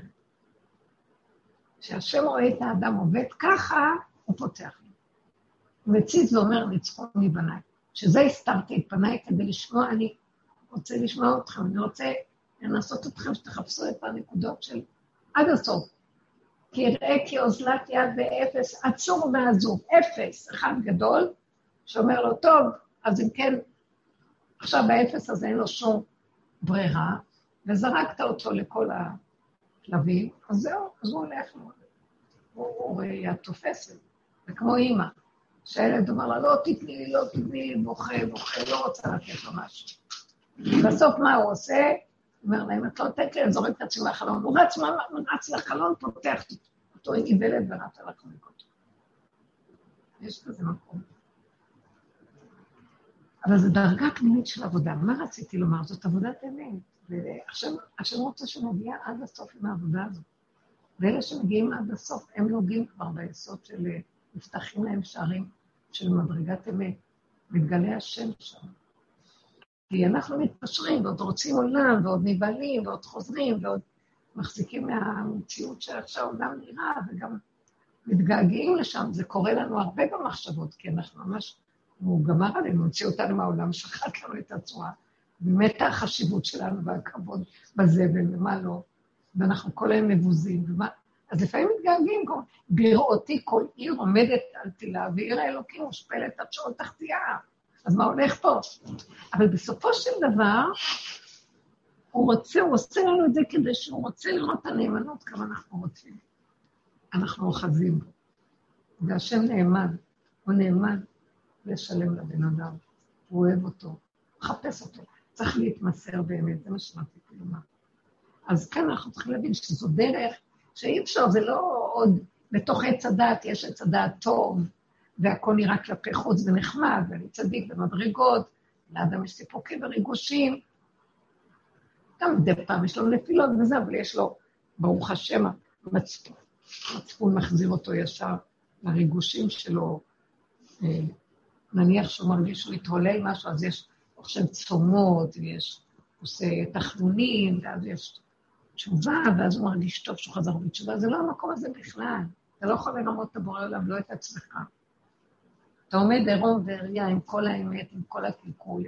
כשהשם רואה את האדם עובד ככה, הוא פוצח לי. מציץ ואומר, ניצחון מבניי. שזה הסתרתי את פניי כדי לשמוע, אני רוצה לשמוע אתכם, אני רוצה לנסות אתכם שתחפשו את הנקודות של עד הסוף. כי יראה כי אוזלת יד באפס, עצור ועזוב, אפס, אחד גדול, שאומר לו, טוב, אז אם כן, עכשיו באפס הזה אין לו שום ברירה, וזרקת אותו לכל הכלבים, אז זהו, אז הוא הולך לו. הוא תופסת, וכמו אימא. שהילד אומר לה, לא תתני לי, בוכה, לא רוצה לתת לו משהו. בסוף מה הוא עושה? הוא אומר לה, אם את לא תתת לי, זורק את עצמי לחלון. הוא רץ לחלון, פותח אותו עם איבלת ורץ לחלק אותו. יש כזה מקום. אבל זו דרגה פנימית של עבודה. מה רציתי לומר? זאת עבודת אמת. ועכשיו רוצה שנגיע עד הסוף עם העבודה הזאת. ואלה שמגיעים עד הסוף, הם נוגעים כבר ביסוד של מפתחים להם שערים של מדרגת אמת. מתגלה השם שם. כי אנחנו מתפשרים, ועוד רוצים עולם, ועוד נבהלים, ועוד חוזרים, ועוד מחזיקים מהמציאות שעכשיו עולם נראה, וגם מתגעגעים לשם. זה קורה לנו הרבה במחשבות, כי אנחנו ממש, הוא גמר עלינו, הוציא אותנו מהעולם, שחט לנו את הצורה, באמת החשיבות שלנו והכבוד בזבל, ומה לא, ואנחנו כל היום מבוזים, אז לפעמים מתגעגעים, בראותי כל עיר עומדת על תילה, ועיר האלוקים מושפלת עד שעון תחתיה. אז מה הולך פה? אבל בסופו של דבר, הוא עושה לנו את זה כדי שהוא רוצה לראות את הנאמנות כמה אנחנו רוצים. אנחנו אוחזים בו. והשם נאמן, הוא נאמן לשלם לבן אדם. הוא אוהב אותו, מחפש אותו. צריך להתמסר באמת, זה מה שמעתי לומר. אז כאן אנחנו צריכים להבין שזו דרך שאי אפשר, זה לא עוד בתוך עץ הדעת, יש עץ הדעת טוב, והכל נראה כלפי חוץ ונחמד, ואני צדיק במדרגות, לאדם יש סיפוקים וריגושים, גם מדי פעם יש לו נפילות וזה, אבל יש לו, ברוך השם, מצפון מחזיר אותו ישר לריגושים שלו, נניח שהוא מרגיש שהוא מתהולל משהו, אז יש עכשיו צומות, ויש עושה תחנונים, ואז יש תשובה, ואז הוא מרגיש טוב שהוא חזר בתשובה, זה לא המקום הזה בכלל, אתה לא יכול לרמות את הבורא עליו, לא את עצמך. אתה עומד עירום ועריה עם כל האמת, עם כל הקלקול,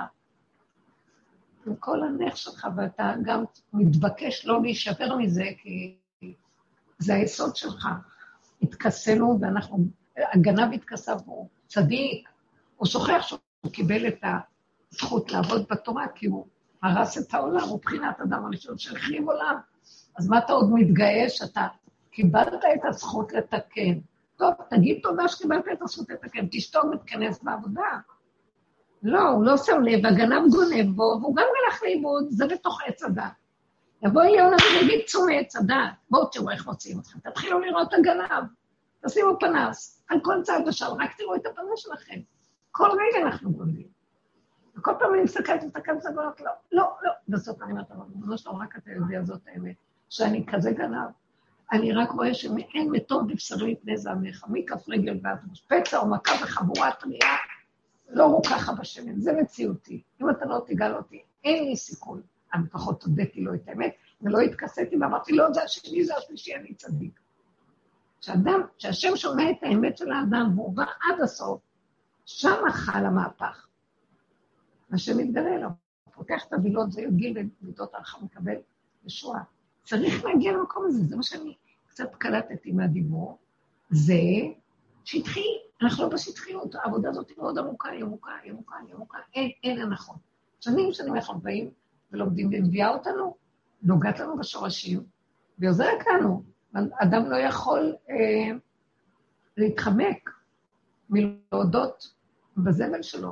עם כל הנך שלך, ואתה גם מתבקש לא להישבר מזה, כי זה היסוד שלך. התכסנו, ואנחנו, הגנב התכסה, והוא צדיק, הוא שוכח שהוא קיבל את הזכות לעבוד בתורה, כי הוא הרס את העולם, הוא בחינת אדם הראשון שהחריב עולם. אז מה אתה עוד מתגאה שאתה קיבלת את הזכות לתקן? טוב, תגיד תודה שקיבלת את הזכות לתקן, תשתוק ותכנס בעבודה. לא, הוא לא שם לב, הגנב גונב בו, והוא גם הלך לאיבוד, זה בתוך עץ הדת. יבוא עליון הזה ויגיד צום עץ הדת, בואו תראו איך מוצאים אתכם, תתחילו לראות את הגנב, תשימו פנס, על כל צד ושל, רק תראו את הפנס שלכם. כל רגע אנחנו גונבים. וכל פעם אני מסתכלת את הכנס הגונות, לא, בסוף אני אומרת, ממש לא, רק אתה יודע זאת האמת, שאני כזה גנב. אני רק רואה שאין מתום בבשרי מפני זעמך, מכף רגל ועד ראש, פצע או מכה וחבורה טריה, לא הוא ככה בשמן, זה מציאותי. אם אתה לא תיגל אותי, אין לי סיכוי. אני פחות תודעתי לו את האמת, ולא התכסיתי ואמרתי, לא, זה השני, זה השלישי, אני צדיק. שהשם שומע את האמת של האדם, והוא בא עד הסוף, שם חל המהפך. השם מתגלה לו, פותח את הבילות, זה יגיל ומידות הערכה מקבל ישועה. צריך להגיע למקום הזה, זה מה שאני קצת קלטתי מהדיבור, זה שטחי, אנחנו לא בשטחיות, העבודה הזאת היא מאוד עמוקה, אין הנכון. שנים אנחנו באים ולומדים ומביאה אותנו, נוגעת לנו בשורשים, ועוזרת לנו. אדם לא יכול להתחמק מלהודות בזבל שלו,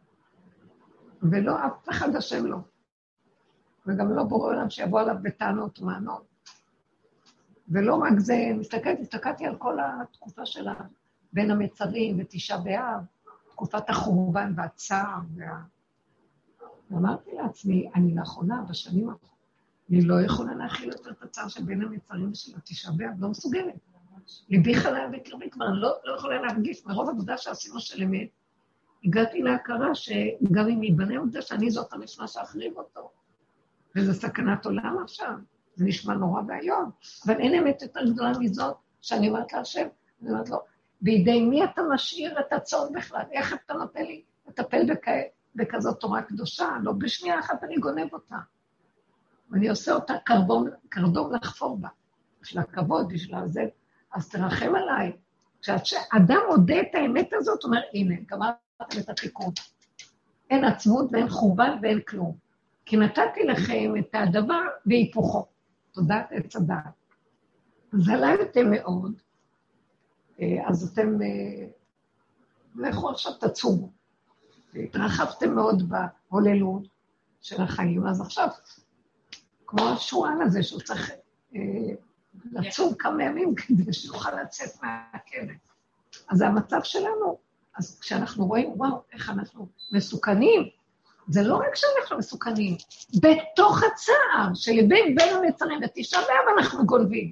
ולא אף אחד השם לו. וגם לא בורא עולם שיבוא עליו בטענות ומענות. ולא רק זה, הסתכלתי על כל התקופה שלה, בין המצרים ותשעה באב, תקופת החורבן והצער, ואמרתי לעצמי, אני לאחרונה, בשנים האחרונות, אני לא יכולה להכיל יותר את הצער של בין המצרים ושל התשעה באב, לא מסוגלת. ליבי חלל בקרבי כבר, אני לא יכולה להרגיש, מרוב עבודה שעשינו של אמת, הגעתי להכרה שגם אם ייבנה עובדה שאני זאת הראשונה שאחריב אותו, וזו סכנת עולם עכשיו, זה נשמע נורא והיום, אבל אין אמת יותר גדולה מזאת, שאני אומרת להשם, אני אומרת לו, בידי מי אתה משאיר את הצאן בכלל? איך אתה נותן לי לטפל בכזאת תורה קדושה? לא בשנייה אחת אני גונב אותה. ואני עושה אותה קרדום לחפור בה. בשביל הכבוד, בשביל זה, אז תרחם עליי. כשאדם מודה את האמת הזאת, הוא אומר, הנה, גמרתם את התיקון. אין עצמות ואין חורבן ואין כלום. כי נתתי לכם את הדבר והיפוכו. תודעת עץ הדעת. אז עליתם מאוד, אז אתם לכו עכשיו תצומו. והתרחבתם מאוד בהוללות של החיים, אז עכשיו, כמו השועל הזה, שהוא צריך לצום כמה ימים כדי שיוכל לצאת מהכלא. אז זה המצב שלנו. אז כשאנחנו רואים, וואו, איך אנחנו מסוכנים, זה לא רק שאנחנו מסוכנים, בתוך הצער שליבי בין המצרים ותשעה באב אנחנו גונבים.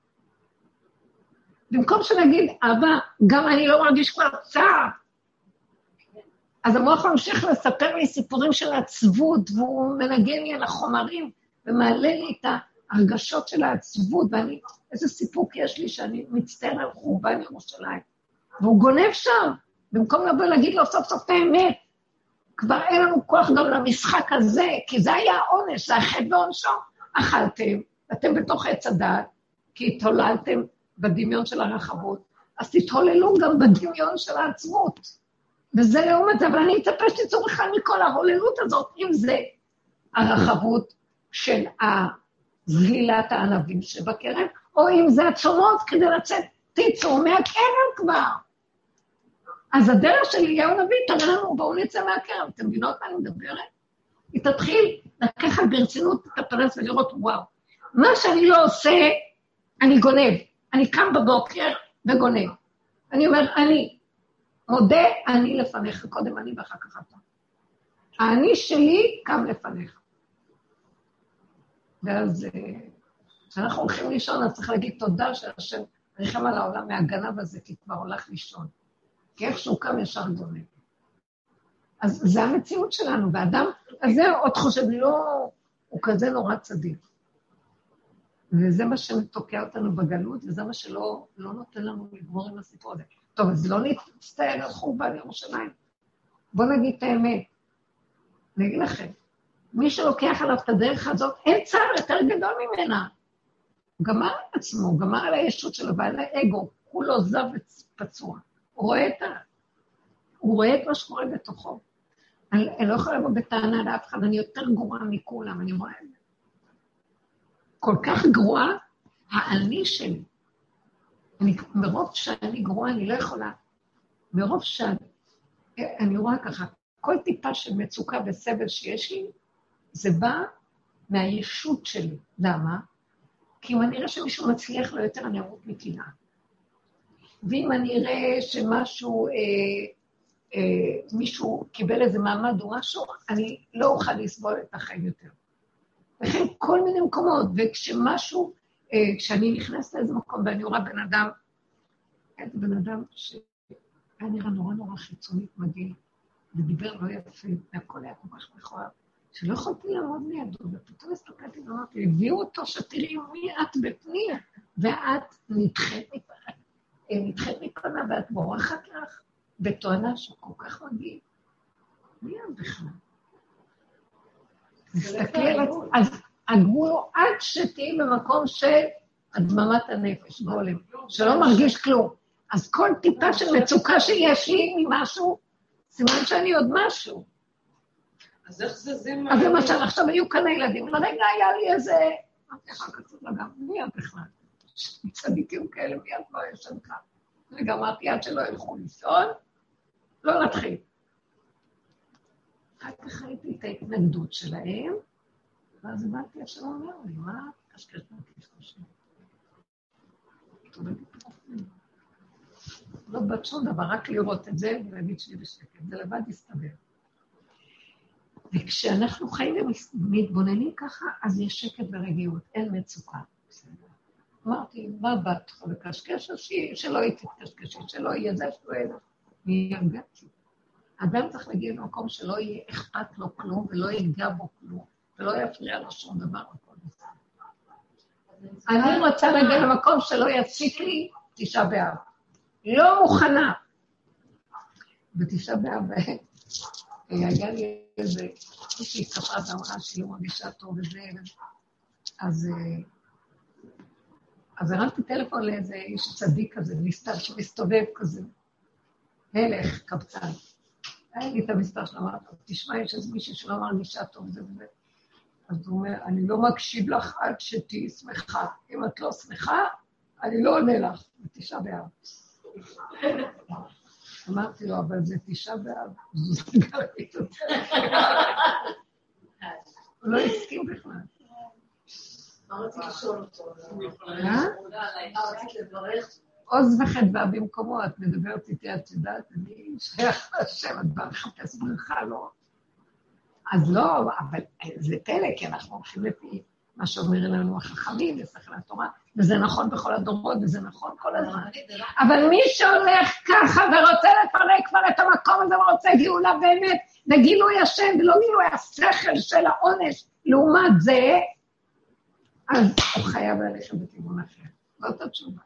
במקום שנגיד, אבא, גם אני לא מרגיש כבר צער, אז המוח ממשיך לספר לי סיפורים של עצבות, והוא מנגן לי על החומרים, ומעלה לי את ההרגשות של העצבות, ואני, איזה סיפוק יש לי שאני מצטער על חורבן ירושלים. והוא גונב שם, במקום לבוא להגיד לו סוף סוף את האמת, כבר אין לנו כוח גם למשחק הזה, כי זה היה העונש, זה החטא ועונשו. אכלתם, אתם בתוך עץ הדעת, כי התהוללתם בדמיון של הרחבות, אז תתהוללו גם בדמיון של העצמות. וזה לעומת זה, אבל אני מצפה שתצאו בכלל מכל ההוללות הזאת, אם זה הרחבות של זלילת הענבים שבקרן, או אם זה הצומות כדי לצאת, תצאו מהקרן כבר. אז הדרך של אליהו הנביא תראה לנו, בואו נצא מהקרן, אתם מבינות מה אני מדברת? היא תתחיל לקחת ברצינות את הפרס ולראות, וואו, מה שאני לא עושה, אני גונב. אני קם בבוקר וגונב. אני אומר, אני מודה, אני לפניך, קודם אני ואחר כך אתה. האני שלי קם לפניך. ואז כשאנחנו הולכים לישון, אז צריך להגיד תודה שהשם ריחם על העולם מהגנב הזה, כי כבר הולך לישון. כי איכשהו קם ישר גונב. אז זה המציאות שלנו, ואדם הזה עוד חושב, לא, הוא כזה נורא צדיק. וזה מה שמתוקע אותנו בגלות, וזה מה שלא נותן לנו לגמור עם הסיפור הזה. טוב, אז לא נצטער על חורבן ירושלים. בואו נגיד את האמת. אני אגיד לכם, מי שלוקח עליו את הדרך הזאת, אין צער יותר גדול ממנה. הוא גמר על עצמו, הוא גמר על הישות שלו ועל האגו, הוא לא זב ופצוע. הוא רואה את מה שקורה בתוכו. אני לא יכולה לבוא בטענה לאף אחד, אני יותר גרועה מכולם, אני רואה את זה. כל כך גרועה, האני שלי. מרוב שאני גרועה, אני לא יכולה. מרוב שאני רואה ככה, כל טיפה של מצוקה וסבל שיש לי, זה בא מהישות שלי. למה? כי אם אני אראה שמישהו מצליח לו יותר, אני אמות מקנאה. ואם אני אראה שמשהו, מישהו קיבל איזה מעמד או משהו, אני לא אוכל לסבול את החיים יותר. לכן כל מיני מקומות, וכשמשהו, כשאני נכנס לאיזה מקום ואני רואה בן אדם שהיה נראה נורא חיצונית מגעיל, ודיבר לא יפה, והכל היה כל כך מכוער, שלא יכולתי לעמוד לידו, ופתאום הסתכלתי ואמרתי, הביאו אותו שתראי מי את בפנים, ואת נדחית מפנה, ואת בורחת לך בתואנה שכל כך מגעיל. מי את בכלל? תסתכלי על עצמי, אז הגבול הוא עד שתהי במקום של הדממת הנפש, גולם, שלא מרגיש כלום. אז כל טיפה של מצוקה שיש לי ממשהו, סימן שאני עוד משהו. אז איך זה אז למשל, עכשיו היו כאן הילדים, לרגע היה לי איזה, אמרתי אחר כך לה גם, מי את בכלל? צדיקים כאלה, מי את לא ישן כאן? רגע, אמרתי, עד שלא ילכו לישון, לא נתחיל. אחר כך ראיתי את ההתנגדות שלהם, ואז הבנתי, השם אומר לי, מה קשקש מהקשקש? לא בת שום דבר, רק לראות את זה ולהגיד שלי בשקט, זה לבד יסתבר. וכשאנחנו חיים ומתבוננים ככה, אז יש שקט ורגיעות, אין מצוקה. אמרתי, מה בת יכול לקשקש? שלא יהיה תקשקשי, שלא יהיה זה, שלא יהיה זה. מי ירגעתי? אדם צריך להגיע למקום שלא יהיה אכפת לו כלום, ולא ייגע בו כלום, ולא יפריע לו שום דבר. אני רוצה להגיע למקום שלא יפסיק לי תשעה באב. לא מוכנה. בתשעה באב, היה לי איזה, מישהי התקפה ואמרה שהיא לא מרגישה טוב וזה, אז הרמתי טלפון לאיזה איש צדיק כזה, מסתר שמסתובב כזה, הלך, קבצן. היה לי את המספר שלו, אמרתי, תשמע, יש איזה מישהי שלא מרגישה טוב וזה וזה. אז הוא אומר, אני לא מקשיב לך עד שתהי שמחה. אם את לא שמחה, אני לא עונה לך, בתשעה באב. אמרתי לו, אבל זה 9 באב, זה סגר לי את זה. הוא לא הסכים בכלל. מה רציתי לשאול אותו? מה? רציתי לברך. עוז וחדווה במקומו, את מדברת איתי, את יודעת, אני שייך לשם, את באה לחפש ברכה, לא? אז לא, אבל זה פלא, כי אנחנו הולכים לפי מה שאומר לנו החכמים, לשכל התורה, וזה נכון בכל הדורות, וזה נכון כל הזמן. אבל מי שהולך ככה ורוצה לפרק כבר את המקום הזה, ורוצה גאולה באמת, וגילוי השם, ולא גילוי השכל של העונש, לעומת זה, אז הוא חייב ללכת בכיוון אחר. זאת התשובה.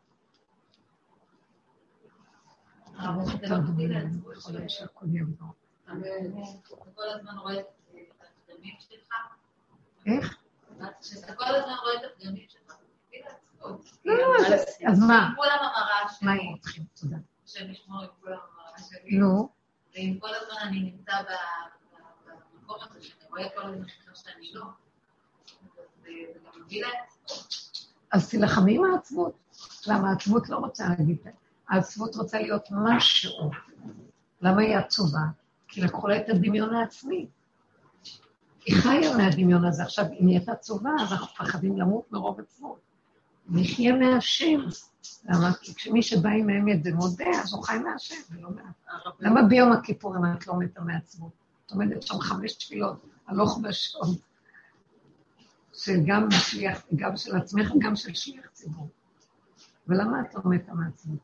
אבל זה לא תמיד לעצמו. יכול להיות שהכל יבוא. אתה כל הזמן רואה את הפגמים שלך? איך? שאתה כל הזמן רואה את הפגמים שלך, תמיד לעצמו. לא, אז מה? כולם המראה שלי. מה הם רוצים? תודה. שהם ישמעו עם כולם המראה שלי. נו. ואם כל הזמן אני נמצא במקום הזה, שאני רואה כל הזמן שאני לא, זה גם מביא לעצמו. אז תלחמי עם העצבות. למה העצבות לא רוצה להגיד? העצבות רוצה להיות משהו. למה היא עצובה? כי לקחו לה את הדמיון העצמי. היא חיה מהדמיון הזה. עכשיו, אם היא הייתה עצובה, אז אנחנו פחדים למות מרוב עצבות. נחיה מהשם. למה? כי כשמי שבא עם האמת ומודה, אז הוא חי מהשם, ולא מעט. למה ביום הכיפורים את לא מתה מעצבות? את עומדת שם 5 תפילות, הלוך ושוב, שגם שליח, גם של עצמך, גם של שליח ציבור. ולמה את לא מתה מעצבות?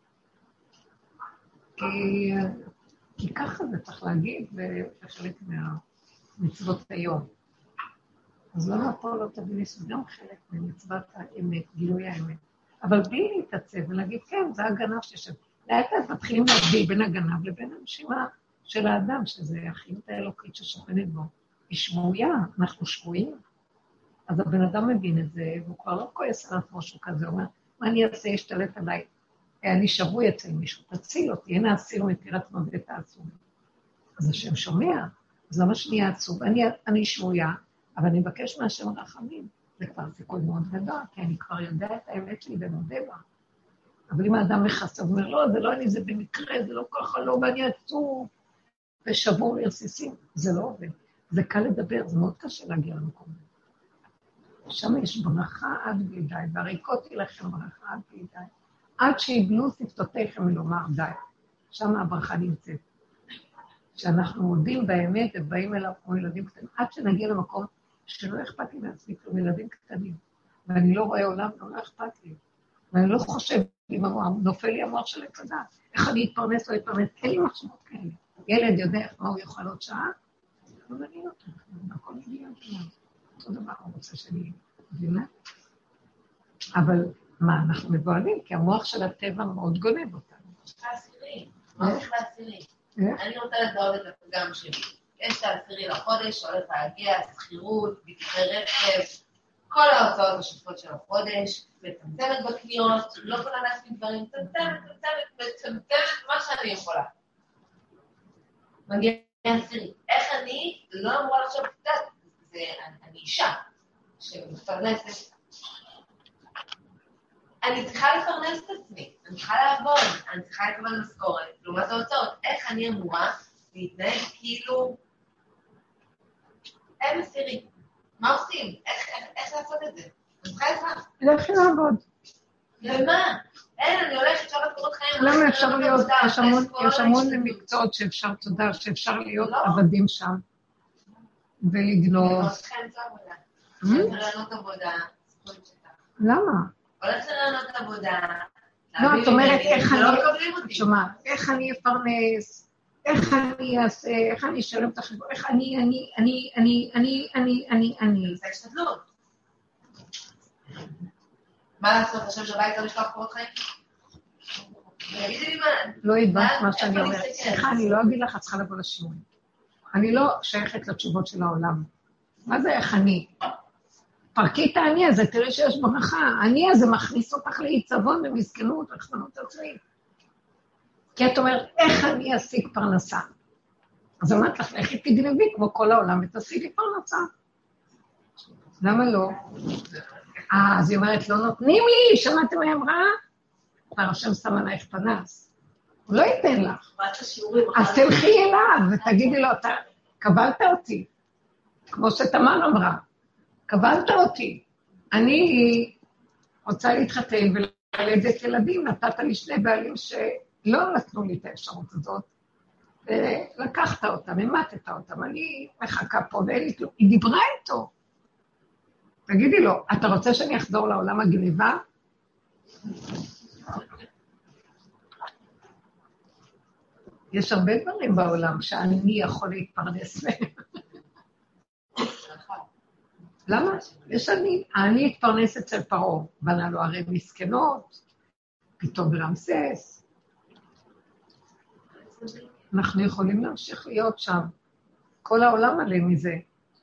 כי ככה זה צריך להגיד, וחלק מהמצוות היום. אז למה פה לא תביני שזה גם חלק ממצוות האמת, גילוי האמת. אבל בלי להתעצב ולהגיד, כן, זה הגנב ששם. לאט מתחילים להבדיל בין הגנב לבין הנשימה של האדם, שזה החיות האלוקית ששוכנת בו. היא שבויה, אנחנו שבויים. אז הבן אדם מבין את זה, והוא כבר לא כועס על משהו כזה, הוא אומר, מה אני אעשה, ישתלט עליי? אני שבוי אצל מישהו, תציל אותי, הנה אסיר מפירת מוות העצוב. אז השם שומע, אז למה שאני עצוב? אני שבויה, אבל אני מבקש מהשם רחמים. זה כבר סיכוי מאוד גדול, כי אני כבר יודע את האמת שלי ומודה בה. אבל אם האדם מחסה, הוא אומר, לא, זה לא אני, זה במקרה, זה לא ככה, לא, ואני עצוב, ושבור לרסיסים. זה לא עובד. זה קל לדבר, זה מאוד קשה להגיע למקום הזה. שם יש ברכה עד בלי די, והריקותי לכם ברכה עד בלי די. עד שיבלו שפתותיכם ולומר די. שם הברכה נמצאת. שאנחנו מודים באמת ובאים אליו כמו ילדים קטנים, עד שנגיע למקום שלא אכפת לי מעצמי כלום ילדים קטנים. ואני לא רואה עולם, לא אכפת לי. ואני לא חושב, אם נופל לי המוח של הצדה, איך אני אתפרנס או אתפרנס, אין לי מחשבות כאלה. ילד יודע מה הוא יוכל עוד שעה, לא מעניין אותו, הכל מגיע אותנו. אותו דבר הוא רוצה שאני מבינה. אבל מה, אנחנו מבועלים, כי המוח של הטבע מאוד גונב אותנו. מה צריך לעשירי? אני רוצה לזהות את הפגם שלי. יש את 10 לחודש, הולך להגיע, שכירות, ביטוחי רכב, כל ההוצאות השוטפות של החודש, מצמצמת בקניות, לא יכולה להספיק דברים, מצמצמת מה שאני יכולה. מגיע 10. איך אני לא אמורה לחשוב קצת, אני אישה שמפרנסת. אני צריכה לפרנס את עצמי, אני צריכה לעבוד, אני צריכה לקבל משכורת, לעומת ההוצאות. איך אני אמורה להתנהג כאילו אין 10. מה עושים? איך לעשות את זה? אני צריכה עזרה. לכי לעבוד. ומה? אין, אני הולכת עכשיו לקורות חיים. למה אפשר להיות, יש המון מקצועות שאפשר, תודה, שאפשר להיות עבדים שם, ולגנוב. הולכת למצוא עבודה. הולכת לרענות עבודה. למה? הולכת לרענות עבודה. לא, את אומרת איך אני, לא מקבלים אותי. שומע, איך אני אפרנס, איך אני אעשה, איך אני אשלם את החשבון, איך אני. זה השתדלות. מה לעשות, עכשיו שבית לא לשלוח קורות חיים? תגידי לי מה... לא הבנת מה שאני אומרת. סליחה, אני לא אגיד לך, את צריכה לבוא לשיעורים. אני לא שייכת לתשובות של העולם. מה זה איך אני? פרקי את העני הזה, תראי שיש ברכה. העני הזה מכניס אותך לעיצבון ומסכנות וחסנות עצמית. כי את אומרת, איך אני אשיג פרנסה? אז אמרת לך, לכי תגנבי כמו כל העולם ותשיגי פרנסה. למה לא? אז היא אומרת, לא נותנים לי, שמעתם מה אמרה? כבר השם שם עלייך פנס. הוא לא ייתן לך. אז תלכי אליו ותגידי לו, אתה קבלת אותי, כמו שתמר אמרה, קבלת אותי. אני רוצה להתחתן וללדת ילדים, נתת לי שני בעלים שלא נתנו לי את האפשרות הזאת, ולקחת אותם, המתת אותם, אני מחכה פה ואין לי כלום. היא דיברה איתו. תגידי לו, אתה רוצה שאני אחזור לעולם הגניבה? יש הרבה דברים בעולם שאני יכול להתפרנס מהם. למה? אני אתפרנס אצל פרעה, בנה לו הרי מסכנות, פתאום ברמסס. אנחנו יכולים להמשיך להיות שם. כל העולם עליהם מזה.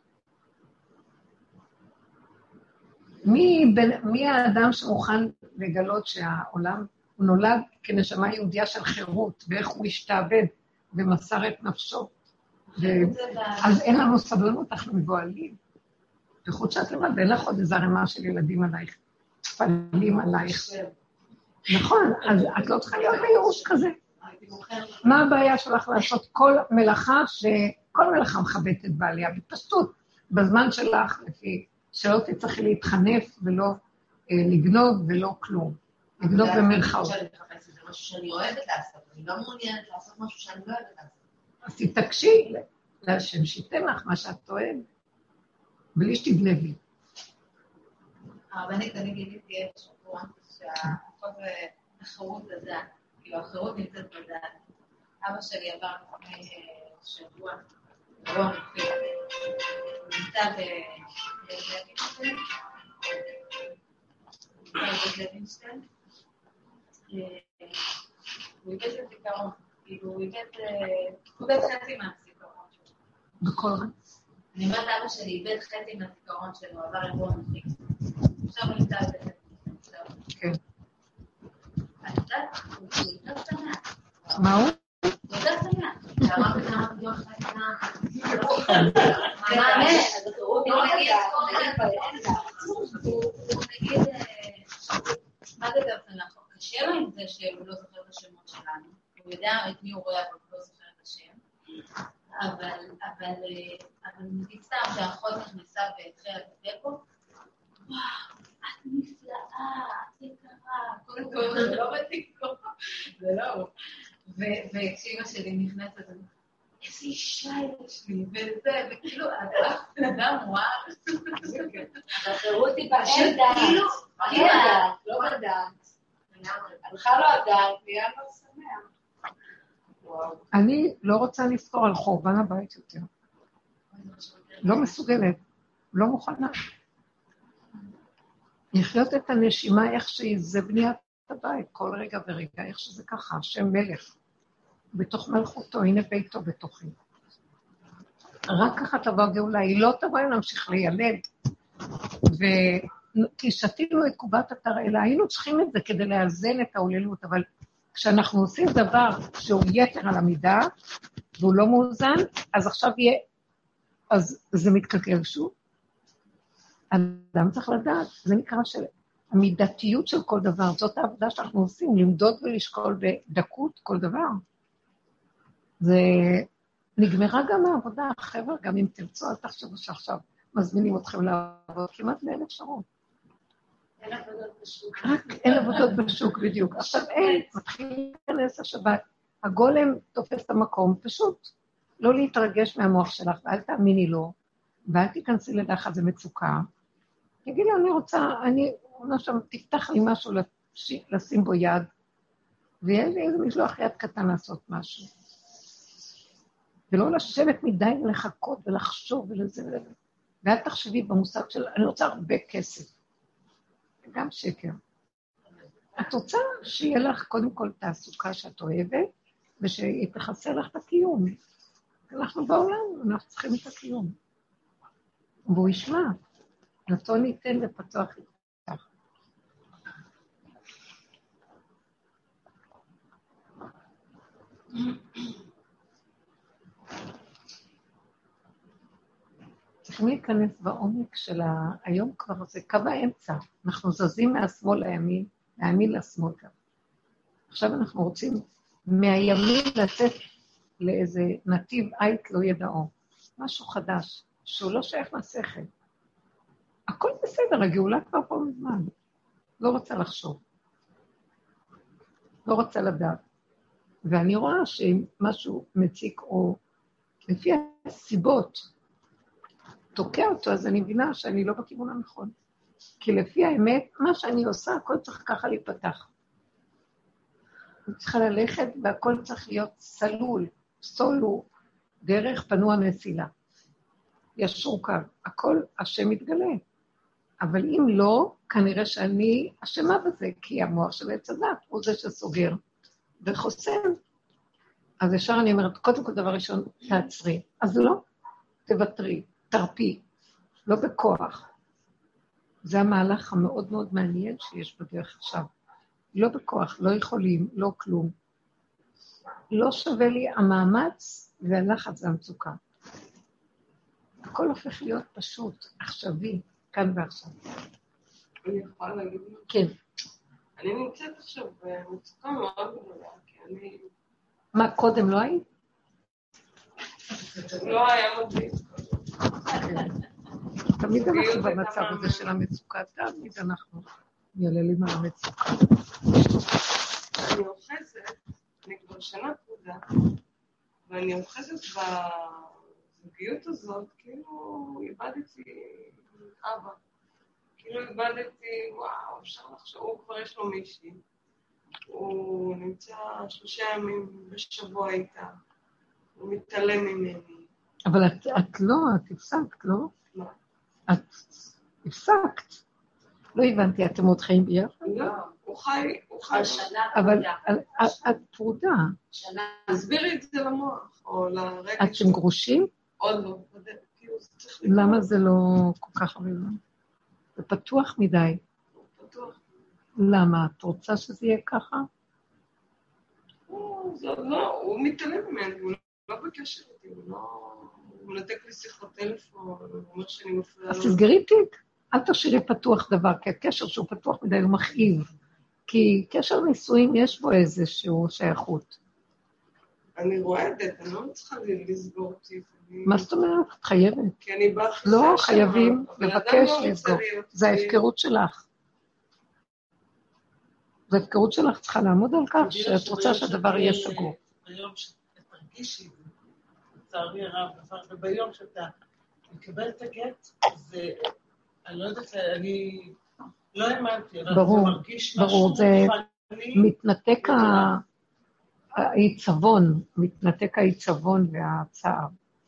מי האדם שמוכן לגלות שהעולם, הוא נולד כנשמה יהודיה של חירות, ואיך הוא השתעבד ומסר את נפשו. אז אין לנו סבלנות, אנחנו מבועלים. בחוץ שאת לבד, ואין לך עוד איזה רמה של ילדים עלייך, תפעלים עלייך. נכון, אז את לא צריכה להיות בייאוש כזה. מה הבעיה שלך לעשות כל מלאכה, כל מלאכה מכבדת את בעליה, בפשטות, בזמן שלך, לפי שלא תצטרכי להתחנף ולא לגנוב ולא כלום. לגנוב במרכאות. זה משהו שאני אוהבת לעשות, אני לא מעוניינת לעשות משהו שאני לא אוהבת לעשות. אז תתקשי להשם, שייתן לך מה שאת אוהבת, בלי שתגנבי. הרבנית, אני גיליתי את שבוע, שהכל זה החירות לדעת, כאילו החירות נמצאת בדעת. אבא שלי עבר לפני שבוע, אירוע מופיע, הוא נמצא בלווינסטיין, הוא איבד את הזיכרון, כאילו הוא איבד חצי מהזיכרון שלו. בכל רגע. אני אומרת לאבא שלי, איבד חצי מהזיכרון שלו, עבר אירוע מופיע. עכשיו הוא נמצא בזה. כן. אז יודעת, הוא יותר שמח. מה הוא? הוא יותר שמח. שאמרת כמה פתאום חצי מה אז הוא נגיד, מה זה יותר שמח? קשה לו עם זה שהוא לא זוכר את השמות שלנו. הוא יודע את מי הוא רואה, אבל הוא לא זוכר את השם. אבל נגיד סתם שהאחות נכנסה והתחילה לטפל בו, וואו, את נפלאה, את יקרה, קודם כל זה לא מתיקו, זה לא הוא. וכשאמא שלי נכנסת, איזה אישה יש לי, וזה, וכאילו, אתה אדם וואו. החירות היא בדעת, לא בדעת. הלכה לו הדעת, נהיה לו שמח. אני לא רוצה לזכור על חורבן הבית יותר. לא מסוגלת, לא מוכנה. לחיות את הנשימה איך שהיא, זה בניית הבית, כל רגע ורגע, איך שזה ככה, השם מלך. בתוך מלכותו, הנה ביתו בתוכי. רק ככה תבוא גאולה, היא לא תבוא אם נמשיך לילד. כי שתינו את קובת התרעלה, היינו צריכים את זה כדי לאזן את ההוללות, אבל כשאנחנו עושים דבר שהוא יתר על המידה, והוא לא מאוזן, אז עכשיו יהיה, אז זה מתקלקל שוב. אדם צריך לדעת, זה נקרא של המידתיות של כל דבר, זאת העבודה שאנחנו עושים, למדוד ולשקול בדקות כל דבר. זה נגמרה גם העבודה, חבר'ה, גם אם תרצו, אל תחשבו שעכשיו מזמינים אתכם לעבוד, כמעט ואין אפשרות. אין עבודות בשוק. רק אין עבודות בשוק, בדיוק. עכשיו אין, מתחיל להיכנס השבת, הגולם תופס את המקום, פשוט לא להתרגש מהמוח שלך, ואל תאמיני לו, ואל תיכנסי לדחת, זה מצוקה. תגידי, אני רוצה, תפתח לי משהו לשים בו יד, ויהיה לי איזה משלוח יד קטן לעשות משהו. ולא לשבת מדי ולחכות ולחשוב ולזה ולזה. ואל תחשבי במושג של, אני רוצה הרבה כסף. זה גם שקר. את רוצה שיהיה לך קודם כל תעסוקה שאת אוהבת, ושהיא תחסר לך את הקיום. אנחנו בעולם, אנחנו צריכים את הקיום. והוא ישמע. נתון ניתן לפתוח איתך. צריכים להיכנס בעומק של היום כבר, זה קו האמצע. אנחנו זזים מהשמאל לימין, מהימין לשמאל גם. עכשיו אנחנו רוצים מהימין לצאת לאיזה נתיב עית לא ידעו. משהו חדש, שהוא לא שייך לשכל. הכל בסדר, הגאולה כבר פה מזמן. לא רוצה לחשוב. לא רוצה לדעת. ואני רואה שאם משהו מציק או לפי הסיבות תוקע אותו, אז אני מבינה שאני לא בכיוון הנכון. כי לפי האמת, מה שאני עושה, הכל צריך ככה להיפתח. אני צריכה ללכת והכל צריך להיות סלול, סולו, דרך פנוע מסילה. ישור קו, הכל השם מתגלה. אבל אם לא, כנראה שאני אשמה בזה, כי המוח של עץ הדת הוא זה שסוגר וחוסם. אז ישר אני אומרת, קודם כל דבר ראשון, תעצרי. אז לא, תוותרי, תרפי, לא בכוח. זה המהלך המאוד מאוד מעניין שיש בדרך עכשיו. לא בכוח, לא יכולים, לא כלום. לא שווה לי המאמץ והלחץ והמצוקה. הכל הופך להיות פשוט, עכשווי, כאן ועכשיו. אני יכולה להגיד מה? כן. אני נמצאת עכשיו במצוקה מאוד גדולה, כי אני... מה, קודם לא היית? לא היה מדהים. תמיד אנחנו במצב הזה של המצוקה, תמיד אנחנו יללים על המצוקה. אני אוחזת, אני כבר שנה פרודה, ואני אוחזת בזוגיות הזאת, כאילו איבדתי אבא. כאילו איבדתי, וואו, אפשר לחשוב, הוא כבר יש לו מישהי. הוא נמצא 3 ימים בשבוע איתה. הוא מתעלם ממני. אבל את לא, את הפסקת, לא? מה? את הפסקת. לא הבנתי, אתם עוד חיים ביחד? לא, הוא חי. אבל את פרודה. תסבירי את זה למוח, או לרגש. אתם גרושים? עוד לא, כאילו זה צריך לקרוא. למה זה לא כל כך הרבה? זה פתוח מדי. פתוח. למה? את רוצה שזה יהיה ככה? לא, הוא מתעלם ממני, הוא לא בקשר איתי, הוא נתק לי שיחות טלפון, הוא אומר שאני מפריעה לו. אז תסגרי תיק, אל תשאירי פתוח דבר, כי הקשר שהוא פתוח מדי הוא מכאיב. כי קשר נישואים יש בו איזשהו שייכות. אני רואה את זה, אני לא צריכה לסגור אותי. מה זאת אומרת? את חייבת. כי אני באחיזה לא, חייבים לבקש לסגור. זה ההפקרות שלך. זה ההפקרות שלך, צריכה לעמוד על כך שאת רוצה שהדבר יהיה סגור. ביום שתרגישי, לצערי הרב, וביום שאתה מקבל את הגט, זה, אני לא יודעת, אני לא האמנתי, ברור, זה מרגיש משהו. ברור, זה מתנתק העיצבון, מתנתק העיצבון והצער.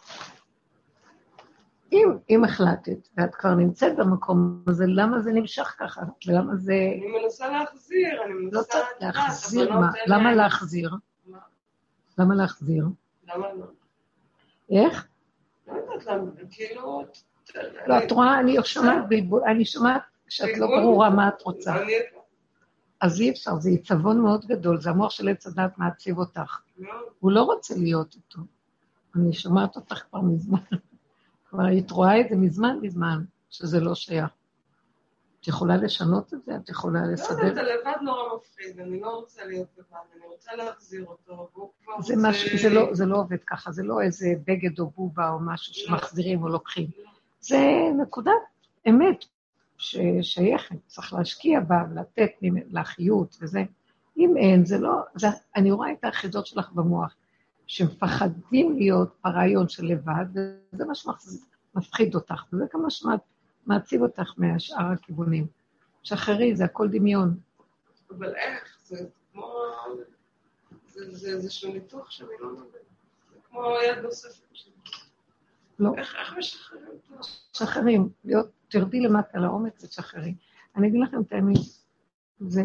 אם החלטת, ואת כבר נמצאת במקום הזה, למה זה נמשך ככה? ולמה זה... אני מנסה להחזיר, אני מנסה... לא צריך להחזיר, מה? למה להחזיר? למה להחזיר? למה לא? איך? לא יודעת למה, כאילו... לא, את רואה, אני שומעת שאת לא ברורה מה את רוצה. אז אי אפשר, זה עיצבון מאוד גדול, זה המוח של עץ הדת מעציב אותך. הוא לא רוצה להיות איתו. אני שומעת אותך כבר מזמן. כבר היית רואה את זה מזמן, שזה לא שייך. את יכולה לשנות את זה? את יכולה לסדר? לא, אתה לבד נורא מפחיד, אני לא רוצה להיות לבד, אני רוצה להחזיר אותו, והוא כבר רוצה... זה לא עובד ככה, זה לא איזה בגד או בובה או משהו שמחזירים או לוקחים. זה נקודת אמת ששייכת, צריך להשקיע בה ולתת לחיות וזה. אם אין, זה לא... אני רואה את האחידות שלך במוח. שמפחדים להיות ברעיון של לבד, וזה מה שמפחיד אותך, וזה גם מה שמעציב אותך מהשאר הכיוונים. שחררי, זה הכל דמיון. אבל איך? זה כמו... זה איזשהו ניתוח שאני לא מבין. זה כמו יד נוספת שלי. לא. איך משחררים אותו? שחררים, תרדי למטה לעומק ותשחררי. אני אגיד לכם את האמת, זה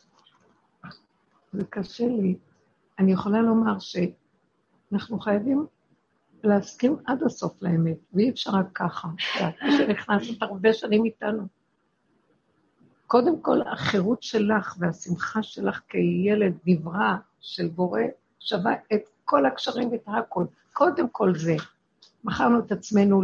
קשה לי. אני יכולה לומר אנחנו חייבים להסכים עד הסוף לאמת, ואי אפשר רק ככה, שנכנסת הרבה שנים איתנו. קודם כל, החירות שלך והשמחה שלך כילד נברא של בורא, שווה את כל הקשרים ואת הכל. קודם כל זה, מכרנו את עצמנו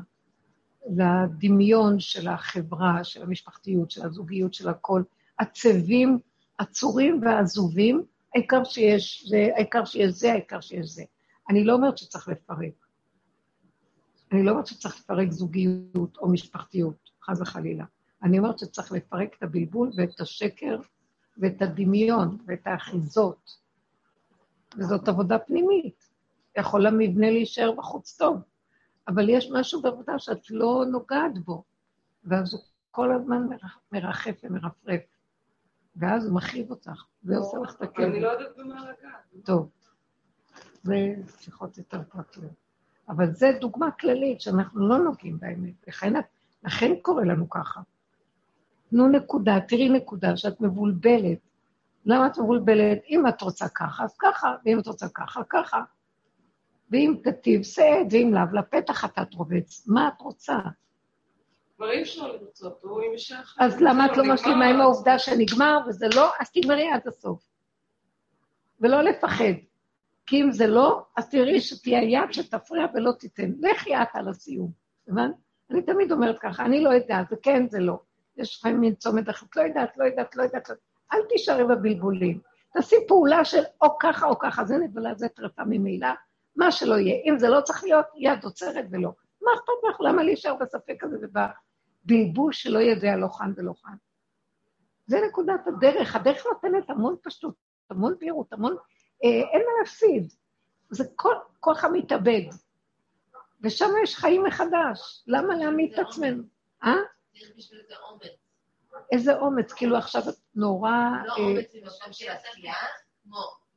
לדמיון של החברה, של המשפחתיות, של הזוגיות, של הכל. הצבים, הצורים והעזובים, העיקר שיש זה, העיקר שיש זה, העיקר שיש זה. אני לא אומרת שצריך לפרק. אני לא אומרת שצריך לפרק זוגיות או משפחתיות, חס וחלילה. אני אומרת שצריך לפרק את הבלבול ואת השקר ואת הדמיון ואת האחיזות. וזאת עבודה פנימית. יכול המבנה להישאר בחוץ טוב, אבל יש משהו בעבודה שאת לא נוגעת בו, ואז הוא כל הזמן מרחף ומרפרף, ואז הוא מכאיב אותך, ועושה לך את הכאב. אני לא יודעת במה לגעת. טוב, זה שיחות יותר פרטיות. אבל זה דוגמה כללית שאנחנו לא נוגעים באמת, לכן קורה לנו ככה. תנו נקודה, תראי נקודה שאת מבולבלת. למה את מבולבלת? אם את רוצה ככה, אז ככה, ואם את רוצה ככה, ככה. ואם תטיב סעד, ואם לאו לפתח את רובץ. מה את רוצה? כבר אי אפשר לרצות, הוא עם אישה אחת. אז למה את לא משלימה עם העובדה שנגמר, וזה לא, אז תגמרי עד הסוף. ולא לפחד. כי אם זה לא, אז תראי שתהיה יד שתפריע ולא תיתן. לכי את על הסיום. הבן? אני תמיד אומרת ככה, אני לא יודעת, זה כן, זה לא. יש לפעמים מין צומת אחת, לא יודעת. אל תישארי בבלבולים. תעשי פעולה של או ככה או ככה, זה נבלה, זה טרפה ממילא, מה שלא יהיה. אם זה לא צריך להיות, יד עוצרת ולא. מה אכפת לך? למה להישאר בספק הזה ובבלבול שלא יודע לא חן ולא חן? זה נקודת הדרך. הדרך נותנת המון פשטות, המון בהירות, המון... אין מה להפסיד. זה כוח המתאבד. ושם יש חיים מחדש. למה להעמיד את עצמנו? צריך בשביל זה אומץ. איזה אומץ? כאילו עכשיו את נורא... לא אומץ במקום של עשייה, כמו...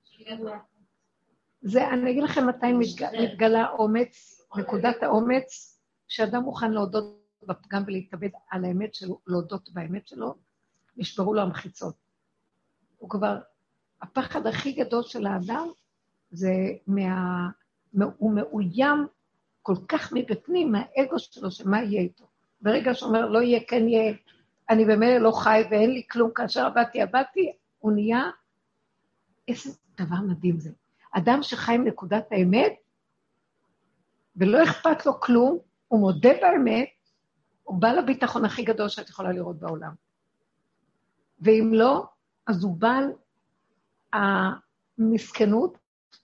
זה, אני אגיד לכם מתי מתגלה אומץ, נקודת האומץ, שאדם מוכן להודות בפגם ולהתאבד על האמת שלו, להודות באמת שלו, נשברו לו המחיצות. הוא כבר, הפחד הכי גדול של האדם, זה הוא מאוים כל כך מבפנים, מהאגו שלו, שמה יהיה איתו. ברגע שאומר, לא יהיה, כן יהיה, אני במילא לא חי ואין לי כלום, כאשר עבדתי, הוא נהיה, איזה דבר מדהים זה. אדם שחי עם נקודת האמת, ולא אכפת לו כלום, הוא מודה באמת, הוא בא לביטחון הכי גדול שאת יכולה לראות בעולם. ואם לא, אז הוא בא המסכנות,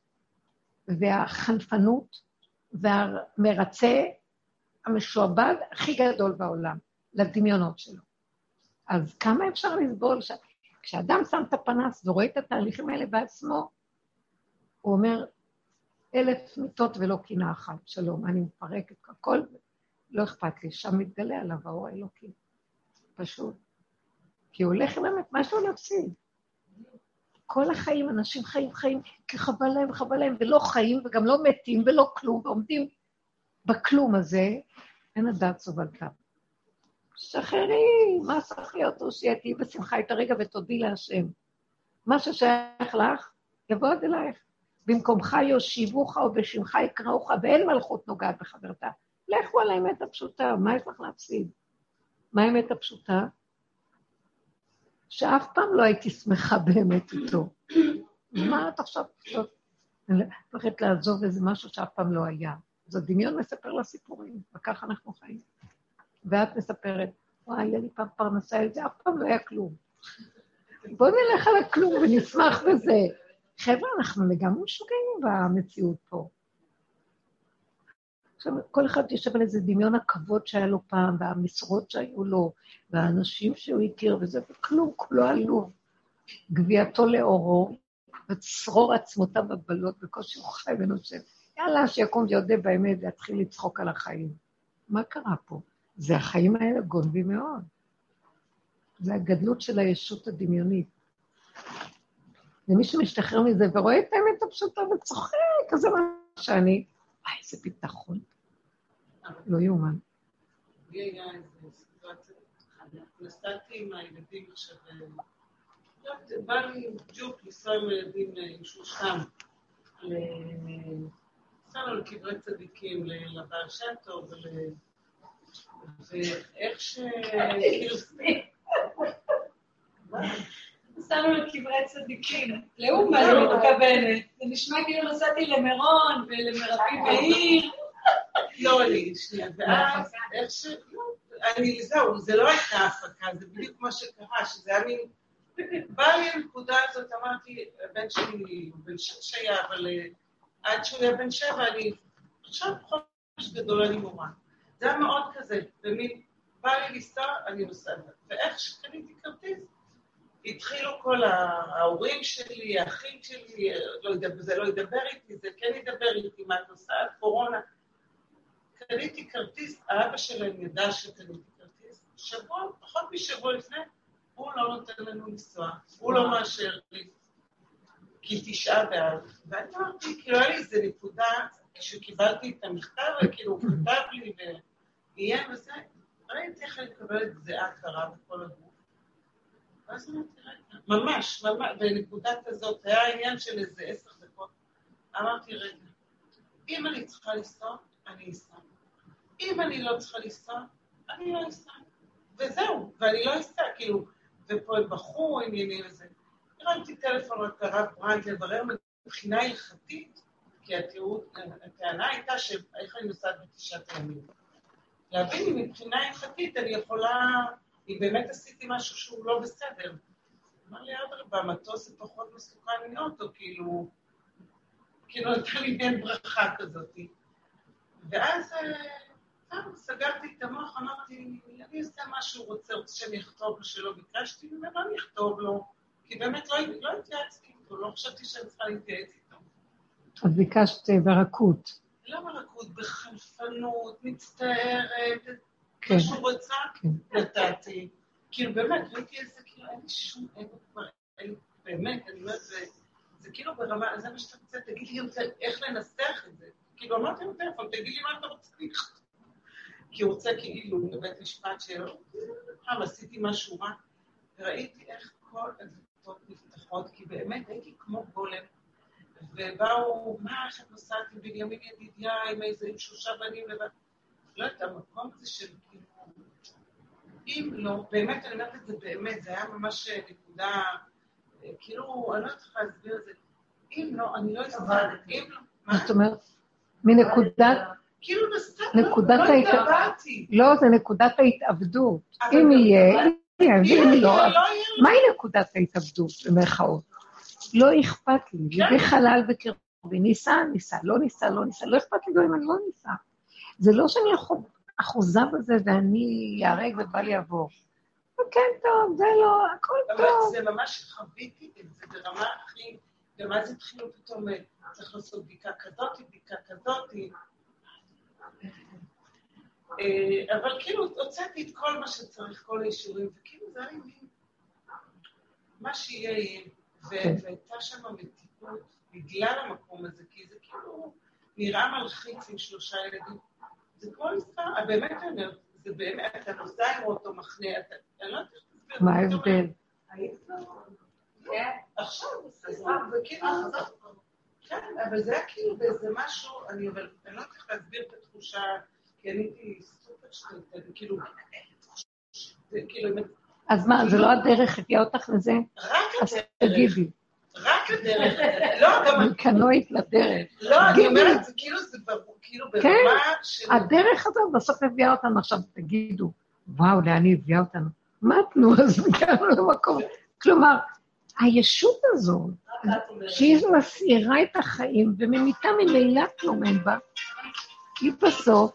והחנפנות, והמרצה, המשועבד הכי גדול בעולם, לדמיונות שלו. אז כמה אפשר לסבול? כשאדם שם את הפנס ורואה את התהליכים האלה בעצמו, הוא אומר, 1,000 מיטות ולא קינה אחת, שלום, אני מפרק את הכל, לא אכפת לי, שם מתגלה עליו האור האלוקי. פשוט. כי הוא הולך באמת משהו להפסיד. כל החיים, אנשים חיים, כי חבל להם, ולא חיים, וגם לא מתים, ולא כלום, ועומדים בכלום הזה, אין הדעת סובלתה. שחררי, מה צריך להיות? תהיי בשמחה את הרגע ותודי להשם. מה ששייך לך, יבוא עד אלייך. במקומך יושיבוך או בשמך יקראוך, ואין מלכות נוגעת בחברתה. לכו על האמת הפשוטה, מה יש לך להפסיד? מה האמת הפשוטה? שאף פעם לא הייתי שמחה באמת איתו. מה את עכשיו פשוט? אני הולכת לעזוב איזה משהו שאף פעם לא היה. אז הדמיון מספר לה סיפורים, וכך אנחנו חיים. ואת מספרת, וואי, היה לי פעם פרנסה, זה אף פעם לא היה כלום. בואו נלך על הכלום ונשמח בזה. חבר'ה, אנחנו לגמרי משוגעים במציאות פה. עכשיו, כל אחד יושב על איזה דמיון הכבוד שהיה לו פעם, והמשרות שהיו לו, והאנשים שהוא הכיר, וזה וכלום, כולו עלוב. גביעתו לאורו, וצרור עצמותיו בבלות, בקושי הוא חי ונושב. יאללה, שיקום ויודה באמת, ויתחיל לצחוק על החיים. מה קרה פה? זה החיים האלה גונבים מאוד. זה הגדלות של הישות הדמיונית. ומי שמשתחרר מזה ורואה את האמת הפשוטה וצוחק, אז זה מה שאני, איזה ביטחון. לא יאומן. לי היה איזו סיטואציה, נסעתי עם הילדים עכשיו, בא לי ג'וק לנסוע עם הילדים עם שלושתם, נסענו לקברי צדיקים, לבעל שם טוב, ואיך כאילו... נסענו לקברי צדיקים, לאומה אני מתכוונת. זה נשמע כאילו נסעתי למירון ולמרבי בעיר. לא, שנייה, ואז איך ש... זהו, זה לא הייתה הפקה, זה בדיוק מה שקרה, שזה היה מין בא לי הנקודה הזאת, אמרתי, הבן שלי הוא בן 6 היה, אבל עד שהוא היה בן 7, אני עכשיו חופש גדול, אני מורה. זה היה מאוד כזה, ומין, בא לי לנסוע, אני נוסעת. ואיך שקניתי כרטיס, התחילו כל ההורים שלי, האחים שלי, זה לא ידבר איתי, זה כן ידבר איתי, מה את נוסעת, קורונה. קניתי כרטיס, האבא שלהם ידע שקניתי כרטיס, שבוע, פחות משבוע לפני, הוא לא נותן לנו לנסוע, הוא לא מאשר לי, כי 9 באב. ואני אמרתי, כאילו היה לי איזה נקודה, כשקיבלתי את המכתב, כאילו הוא כתב לי ואיים וזה, ראיתי איך אני מקבלת זיעה קרה בכל הגוף. ואז אמרתי, רגע, ממש, בנקודת הזאת, היה העניין של איזה 10 דקות. אמרתי, רגע, אם אני צריכה לנסוע, אני אסע. אם אני לא צריכה לנסוע, אני לא אסע. וזהו, ואני לא אסע, כאילו, ופה הם בחרו עניינים וזה. הרמתי טלפון רק לרב ברנד לברר מבחינה הלכתית, כי הטענה הייתה שאיך אני נוסעת ב9 ימים. להבין אם מבחינה הלכתית אני יכולה, אם באמת עשיתי משהו שהוא לא בסדר. אמר לי, במטוס זה פחות מסוכן מאוטו, כאילו הייתה לי בין ברכה כזאת. ואז סגרתי את המוח, אמרתי, אני אעשה מה שהוא רוצה שאני אכתוב לו שלא ביקשתי, וממה אני אכתוב לו, כי באמת לא התייעצתי איתו, לא חשבתי שאני צריכה להתייעץ איתו. אז ביקשת ברכות. לא ברכות, בחנפנות, מצטערת, כן. מה שהוא רצה, כן. נתתי. כאילו באמת, ראיתי איזה, כאילו אין לי שום אגו כבר, באמת, אני אומרת, זה כאילו ברמה, זה מה שאתה רוצה, תגיד לי יותר איך לנסח את זה. כאילו אמרתי לו טלפון, תגיד לי מה אתה רוצה לכתוב. כי הוא רוצה כאילו בבית משפט שלו, עשיתי משהו רע, וראיתי איך כל הדלתות נפתחות, כי באמת הייתי כמו גולם, ובאו, מה, איך את נוסעת עם בנימין ידידיה, עם 3 בנים לבד, לא יודעת, המקום הזה של כאילו, אם לא, באמת, אני אומרת את זה באמת, זה היה ממש נקודה, כאילו, אני לא יודעת איך להסביר את זה, אם לא, אני לא אסתכל, אם לא, מה? זאת אומרת, מנקודת, כאילו נסתק, לא התאבדתי. לא, זה נקודת ההתאבדות. אם יהיה, אם לא, מהי נקודת ההתאבדות, במרכאות? לא אכפת לי, ליבי חלל בקרבי, ניסה, לא ניסה, לא אכפת לי גם אם אני לא ניסה. זה לא שאני אחוזה בזה ואני יארג ובא לי עבור. כן, טוב, זה לא, הכל טוב. זה ממש חוויתי את זה ברמה הכי, גם אז התחילו פתאום, צריך לעשות בדיקה כזאת, אבל כאילו הוצאתי את כל מה שצריך, כל האישורים, וכאילו זה היה לי מה שיהיה, והייתה שם מתיקות בגלל המקום הזה, כי זה כאילו נראה מלחיץ עם 3 ילדים. זה כמו עסקה, באמת אני אומרת, זה באמת, אתה נוסע עם אותו מחנה, אני לא יודעת איך תסביר. מה ההבדל? עכשיו, זה כאילו, כן, אבל זה היה כאילו באיזה משהו, אני לא יודעת איך להסביר את התחושה, כי אני הייתי סופר שטלטת, כאילו, אז מה, זה לא הדרך הביאה אותך לזה? רק הדרך. תגידי. רק הדרך. לא, גם... מקנועית לדרך. לא, אני אומרת, זה כאילו ברמה של... כן, הדרך הזאת בסוף הביאה אותנו, עכשיו תגידו, וואו, לאן היא הביאה אותנו? מתנו, אז הגענו למקום. כלומר, הישות הזו, שהיא מסעירה את החיים, וממיתה ממילא כלום אין בה, היא בסוף,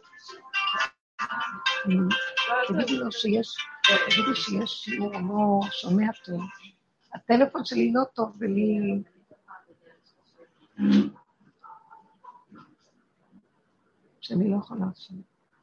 תגידו שיש שיעור לא שומע טוב, הטלפון שלי לא טוב ולי... שאני לא יכולה לשמוע.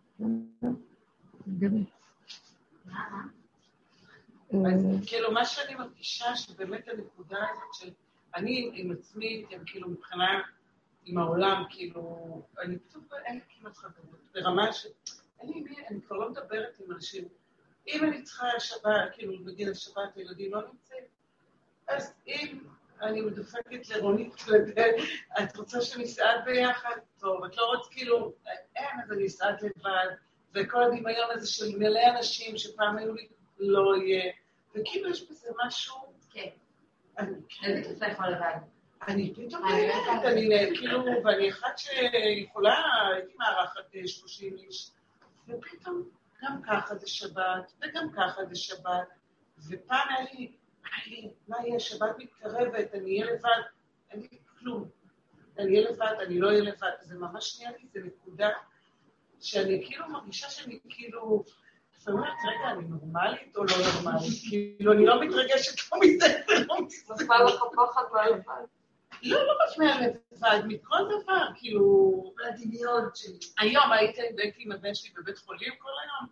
כאילו, מה שאני מרגישה שבאמת הנקודה הזאת של... אני עם עצמי, כאילו מבחינה עם העולם, כאילו... אני פתאום אין לי כמעט חברות, ברמה ש... אני כבר לא מדברת עם אנשים. אם אני צריכה שבת, כאילו, בגין השבת, הילדים לא נמצאים, אז אם אני מדופקת לרונית לדעת, את רוצה שנסעד ביחד? טוב, את לא רוצה, כאילו, אין, אז אני אסעד לבד, וכל הדמיון הזה של מלא אנשים שפעם היו לי, לא יהיה, וכאילו יש בזה משהו... כן. אני תופך על לבד. אני פתאום נהלת, אני כאילו, ואני אחת שיכולה, הייתי מערכת 30 איש, ופתאום גם ככה זה שבת, וגם ככה זה שבת, ופעם היה לי מה יהיה, שבת מתקרבת, אני אהיה לבד, אין לי כלום. אני אהיה לבד, אני לא אהיה לבד. זה ממש נהיה לי, זה נקודה שאני כאילו מרגישה שאני כאילו, לפעמים רגע, אני נורמלית או לא נורמלית? כאילו, אני לא מתרגשת לא מזה ולא מזה. נפל לך פחד מהלבד. לא רק מהלבד, מכל דבר, כאילו... מהדמיון שלי. היום הייתי עם הבן שלי בבית חולים כל היום,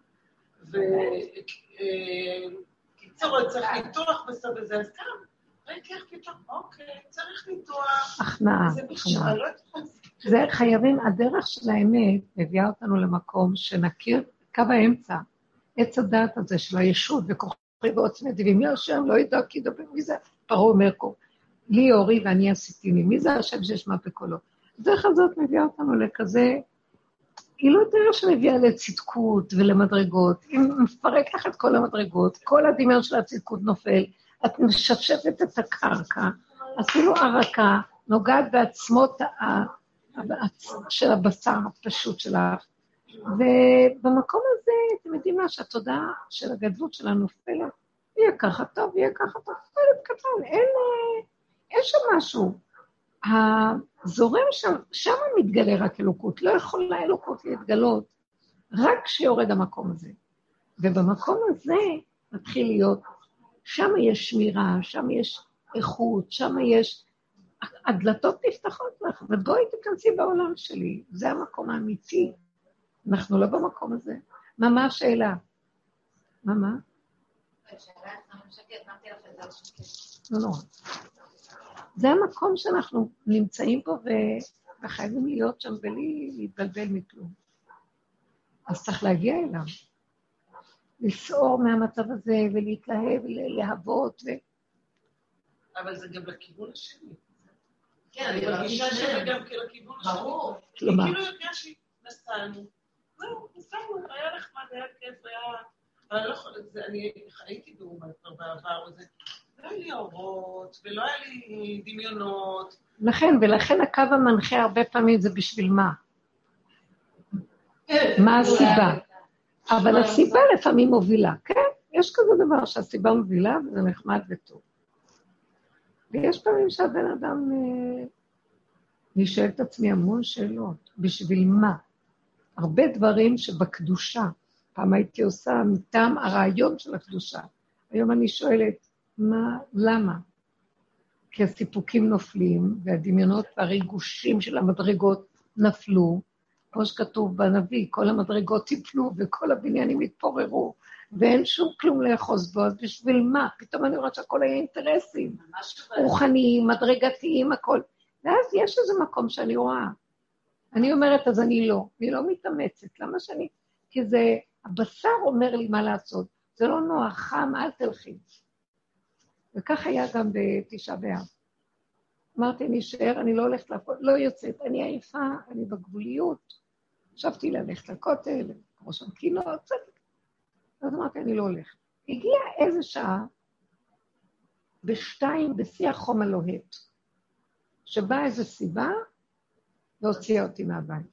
וקיצור, צריך ניתוח בסוף וזה, אז גם, ראיתי איך פתאום, אוקיי, צריך ניתוח. הכנעה, זה בשביל, לא יודעת. זה חייבים, הדרך של האמת מביאה אותנו למקום שנכיר קו האמצע, עץ הדעת הזה של הישות וכוחי ועוצמי, ואם השם לא ידע כי ידבר מי זה, פרעה אומר כה, לי אורי ואני עשיתיני, מי זה השם שישמע בקולו? הדרך הזאת מביאה אותנו לכזה, היא לא דרך שמביאה לצדקות ולמדרגות, היא מפרק לך את כל המדרגות, כל הדמיון של הצדקות נופל, את משפשפת את הקרקע, אפילו הרקה, נוגעת בעצמות של הבשר הפשוט שלך, ובמקום הזה, אתם יודעים מה, שהתודעה של הגדלות שלה נופלת, יהיה ככה טוב, יהיה ככה טוב, קטן, אין שם משהו. הזורם שם מתגלה רק אלוקות, לא יכולה אלוקות להתגלות, רק כשיורד המקום הזה. ובמקום הזה מתחיל להיות, שם יש שמירה, שם יש איכות, שם יש, הדלתות נפתחות לך, ובואי תכנסי בעולם שלי, זה המקום האמיתי. אנחנו לא במקום הזה. מה השאלה? מה? לא נורא. זה המקום שאנחנו נמצאים פה וחייבים להיות שם בלי להתבלבל מכלום. אז צריך להגיע אליו. לסעור מהמצב הזה ולהתלהב ולהבות. אבל זה גם לכיוון השני. כן, אני מרגישה שזה גם לכיוון השני. ברור. אני כאילו יודע שנסענו. זהו, נסענו, היה נחמד, היה כיף, היה... אבל לא יכול... אני הייתי באומה כבר בעבר, וזה... לא היה לי אורות, ולא היה לי דמיונות. ולכן הקו המנחה הרבה פעמים זה בשביל מה? מה הסיבה? אבל הסיבה לפעמים מובילה, כן? יש כזה דבר שהסיבה מובילה, וזה נחמד וטוב. ויש פעמים שהבן אדם נשאל את עצמי המון שאלות. בשביל מה? הרבה דברים שבקדושה, פעם הייתי עושה מטעם הרעיון של הקדושה. היום אני שואלת, למה? כי הסיפוקים נופלים, והדמיונות והריגושים של המדרגות נפלו, כמו שכתוב בנביא, כל המדרגות טיפלו וכל הבניינים התפוררו, ואין שום כלום לאחוז בו, אז בשביל מה? פתאום אני רואה שהכל היה אינטרסים, רוחניים, מדרגתיים, הכל. ואז יש איזה מקום שאני רואה. אני אומרת, אז אני לא מתאמצת. למה שאני? כי זה, הבשר אומר לי מה לעשות. זה לא נוח, חם, אל תלכי. וכך היה גם בתשעה באב. אמרתי, אני אשאר, אני לא הולכת לעבוד, לא יוצאת, אני עייפה, אני בגבוליות. חשבתי ללכת לכותל, כמו שם קינות, אז אמרתי, אני לא הולכת. הגיעה איזה שעה, בשתיים, בשיא החום הלוהט, שבאה איזו סיבה, והוציאה אותי מהבית.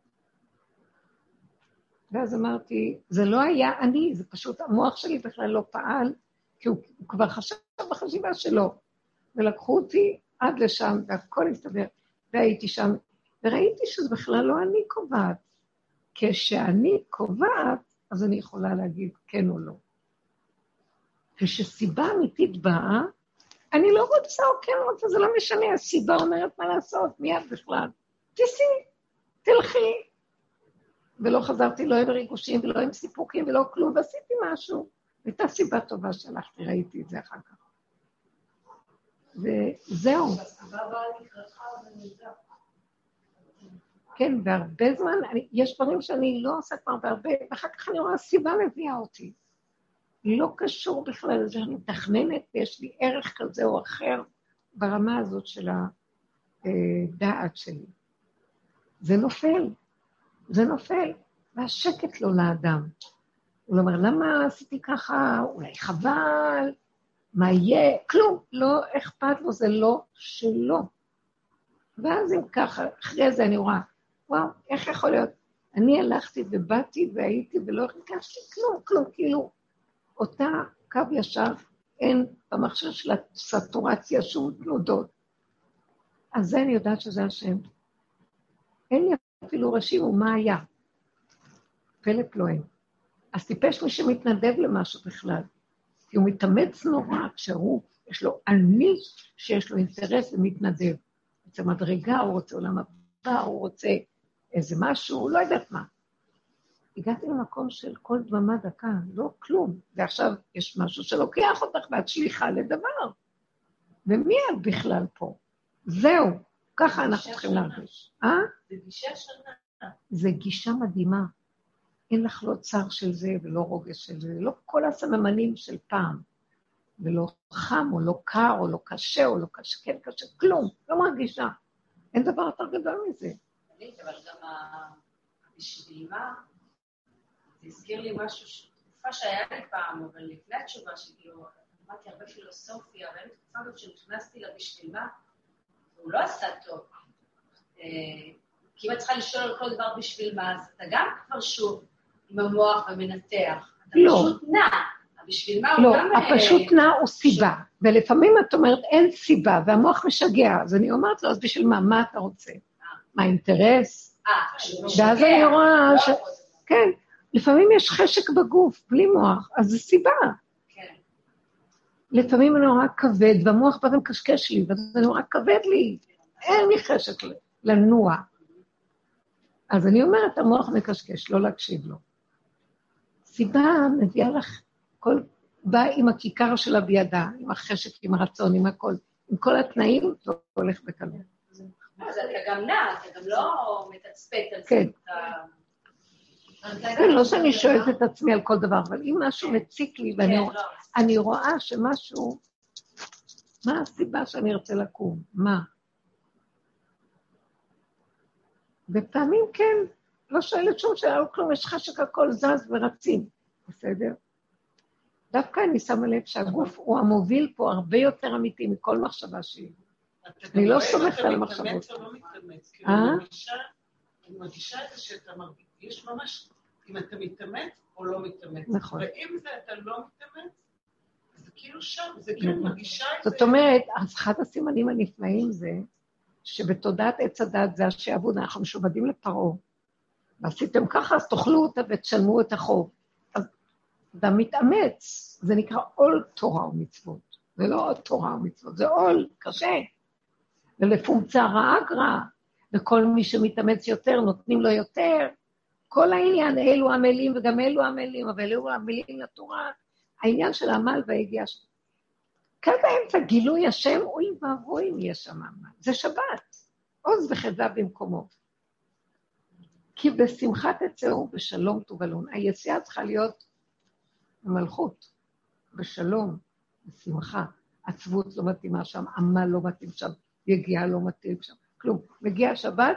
ואז אמרתי, זה לא היה אני, זה פשוט, המוח שלי בכלל לא פעל, כי הוא כבר חשב בחשיבה שלו, ולקחו אותי עד לשם, והכל הסתבר, והייתי שם, וראיתי שזה בכלל לא אני קובעת. כשאני קובעת, אז אני יכולה להגיד כן או לא. כשסיבה אמיתית באה, אני לא רוצה או כן רוצה, זה לא משנה, הסיבה אומרת מה לעשות, מיד בכלל. תלכי. ולא חזרתי לא עם ריגושים ולא עם סיפוקים ולא כלום, ועשיתי משהו. הייתה סיבה טובה שהלכתי, ראיתי את זה אחר כך. וזהו. כן, והרבה זמן, יש דברים שאני לא עושה כבר בהרבה, ואחר כך אני רואה, הסיבה מביאה אותי. לא קשור בכלל לזה שאני מתכננת, ויש לי ערך כזה או אחר ברמה הזאת של הדעת שלי. זה נופל, והשקט לו לאדם. הוא אומר, למה עשיתי ככה? אולי חבל, מה יהיה? כלום, לא אכפת לו, זה לא שלו. ואז אם ככה, אחרי זה אני רואה, וואו, איך יכול להיות? אני הלכתי ובאתי והייתי ולא הרגשתי כלום, כאילו, אותה קו ישר אין במכשיר של הסטורציה שום תנודות. אז זה אני יודעת שזה השם. אין לי אפילו ראשים ומה היה. פלא פלואים. אז טיפש מי שמתנדב למשהו בכלל. כי הוא מתאמץ נורא כשהוא, יש לו אני שיש לו אינטרס ומתנדב. זה מדרגה, הוא רוצה עולם הבא, הוא רוצה איזה משהו, לא יודעת מה. הגעתי למקום של כל דממה דקה, לא כלום. ועכשיו יש משהו שלוקח אותך ואת שליחה לדבר. ומי את בכלל פה? זהו, ככה אנחנו צריכים להרגיש. זה גישה שונה. זה גישה מדהימה. אין לך לא צר של זה ולא רוגש של זה, לא כל הסממנים של פעם. ולא חם או לא קר או לא קשה או לא קשה, כן קשה, כלום, לא מרגישה. אין דבר יותר גדול מזה. אבל גם בשביל מה, זה הזכיר לי משהו, תקופה שהיה לי פעם, אבל לפני התשובה שכאילו, אמרתי הרבה פילוסופיה, והיה לי תקופה גם שנכנסתי לה בשביל מה, הוא לא עשה טוב. כי אם את צריכה לשאול על כל דבר בשביל מה, אז אתה גם כבר שוב עם המוח ומנתח. אתה פשוט נע. בשביל מה לא, הוא גם... הפשוט נע הוא סיבה. ולפעמים את אומרת, אין סיבה, והמוח משגע. אז אני אומרת לו, אז בשביל מה? מה אתה רוצה? מה האינטרס? ואז אני רואה ש... כן, לפעמים יש חשק בגוף, בלי מוח, אז זו סיבה. לפעמים אני נורא כבד, והמוח בא ומקשקש לי, ואז אני נורא כבד לי. אין לי חשק לנוע. אז אני אומרת, המוח מקשקש, לא להקשיב לו. סיבה מביאה לך, כל בא עם הכיכר שלה בידה, עם החשק, עם הרצון, עם הכל, עם כל התנאים, זה הולך בקלות. אז אתה גם נע, אתה גם לא מתצפת על זה. כן. כן, לא שאני שואלת את עצמי על כל דבר, אבל אם משהו מציק לי, ואני רואה שמשהו, מה הסיבה שאני ארצה לקום? מה? בפעמים כן, לא שואלת שום שאלה, לא כלום, יש חשק הכל זז ורצים, בסדר? דווקא אני שמה לב שהגוף הוא המוביל פה הרבה יותר אמיתי מכל מחשבה שהיא. אני לא סומכת על המחשבות. אתה מתאמץ או לא מתאמץ? אני מרגישה את זה שאתה מרגיש, יש ממש, אם אתה מתאמץ או לא מתאמץ. נכון. ואם זה אתה לא מתאמץ, זה כאילו שם, זה כאילו מרגישה את זה. זאת אומרת, אחד הסימנים הנפלאים זה, שבתודעת עץ הדת זה השעבוד, אנחנו משובדים לפרעה, ועשיתם ככה, אז תאכלו אותה ותשלמו את החוב. אז אתה מתאמץ, זה נקרא עול תורה ומצוות, זה לא עוד תורה ומצוות, זה עול קשה, ולפונקציה רעה גרעה, וכל מי שמתאמץ יותר, נותנים לו יותר, כל העניין, אלו עמלים וגם אלו עמלים, אבל אלו עמלים לתורה, העניין של העמל והיגיעה שלו. כאן באמצע גילוי השם, אוי ואבוי אם יש שם עמל, זה שבת, עוז וחדה במקומו. כי בשמחת תצאו בשלום תובלון, היציאה צריכה להיות במלכות, בשלום, בשמחה, עצבות לא מתאימה שם, עמל לא מתאים שם, יגיעה לא מתאים שם, כלום. מגיע השבת,